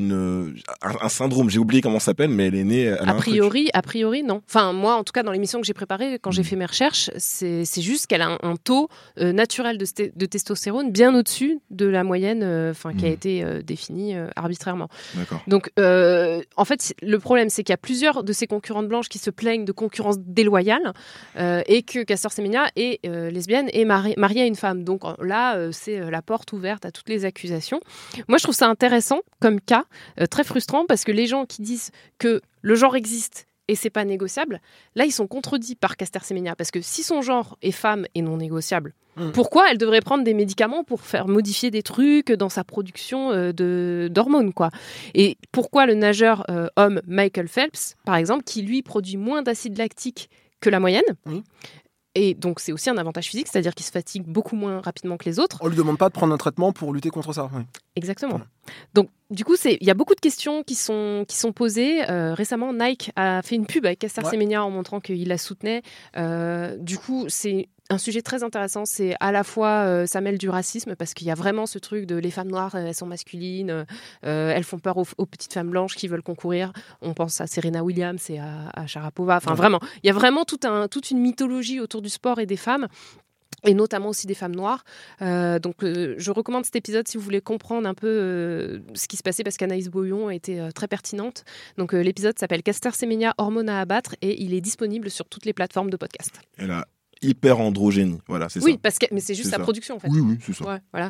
syndrome. J'ai oublié comment ça s'appelle, mais elle est née. A priori, non. Enfin, moi, en tout cas, dans l'émission que j'ai préparée, quand j'ai fait mes recherches, c'est juste qu'elle a un taux naturel de testostérone bien au-dessus de la moyenne, qui a été définie arbitrairement. D'accord. Donc, en fait, le problème, c'est qu'il y a plusieurs de ces concurrentes blanches qui se plaignent de concurrence déloyale et que Caster-Semenya est lesbienne et mariée à une femme. Donc là, c'est la porte ouverte à toutes les accusations. Moi, je trouve ça intéressant comme cas, très frustrant, parce que les gens qui disent que le genre existe et c'est pas négociable, là, ils sont contredits par Caster-Semenya, parce que si son genre est femme et non négociable, pourquoi elle devrait prendre des médicaments pour faire modifier des trucs dans sa production d'hormones, quoi. Et pourquoi le nageur homme Michael Phelps, par exemple, qui lui produit moins d'acide lactique que la moyenne, et donc c'est aussi un avantage physique, c'est-à-dire qu'il se fatigue beaucoup moins rapidement que les autres. On lui demande pas de prendre un traitement pour lutter contre ça. Oui. Exactement. Donc du coup, il y a beaucoup de questions qui sont posées. Récemment, Nike a fait une pub avec Caster-Semenya en montrant qu'il la soutenait. Du coup, c'est un sujet très intéressant. C'est à la fois, ça mêle du racisme, parce qu'il y a vraiment ce truc de les femmes noires, elles sont masculines, elles font peur aux petites femmes blanches qui veulent concourir. On pense à Serena Williams et à Sharapova. Enfin, vraiment, il y a vraiment toute une mythologie autour du sport et des femmes. Et notamment aussi des femmes noires. Donc, je recommande cet épisode si vous voulez comprendre un peu ce qui se passait, parce qu'Anaïs Bohuon a été très pertinente. Donc, l'épisode s'appelle Caster-Semenya, hormones à abattre, et il est disponible sur toutes les plateformes de podcast. Elle a hyper androgénie, voilà, c'est ça. Oui, mais c'est juste sa production, en fait. Oui, c'est ça. Ouais, voilà.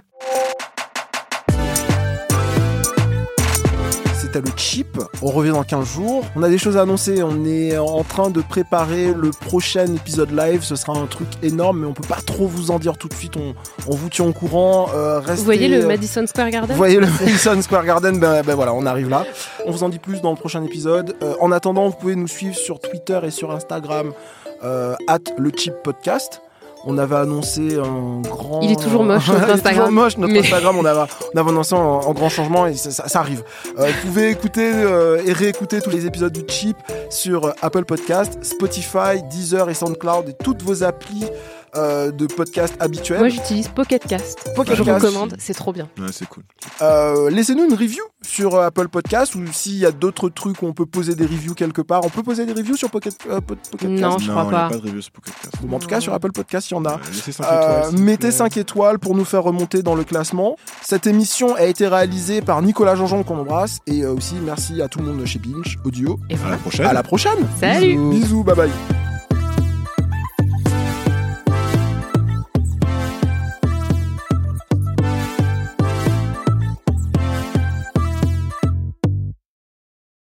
C'était le Chip. On revient dans 15 jours. On a des choses à annoncer. On est en train de préparer le prochain épisode live. Ce sera un truc énorme, mais on peut pas trop vous en dire tout de suite. On vous tient au courant. Restez, vous voyez le Madison Square Garden ? Vous voyez le Madison Square Garden ? Ben voilà, on arrive là. On vous en dit plus dans le prochain épisode. En attendant, vous pouvez nous suivre sur Twitter et sur Instagram @lechipodcast. On avait annoncé un grand... Il est toujours moche, notre Instagram. Il est toujours moche, notre Instagram. On avait annoncé un grand changement et ça arrive. Vous pouvez écouter et réécouter tous les épisodes du Chip sur Apple Podcast, Spotify, Deezer et SoundCloud et toutes vos applis de podcasts habituels. Moi, j'utilise Pocket Cast. Je recommande, c'est trop bien. Ouais, c'est cool. Laissez-nous une review sur Apple Podcast, ou s'il y a d'autres trucs où on peut poser des reviews quelque part. On peut poser des reviews sur Pocket Cast ? Non, je crois pas. Il n'y a pas de review sur Pocket Cast. En tout cas, sur Apple Podcast, il y en a. Laissez 5 étoiles. Mettez 5 étoiles pour nous faire remonter dans le classement. Cette émission a été réalisée par Nicolas Jean-Jean, qu'on embrasse. Et aussi, merci à tout le monde de chez Binge Audio. Et à la prochaine. À la prochaine. Salut. Bisous, bye bye.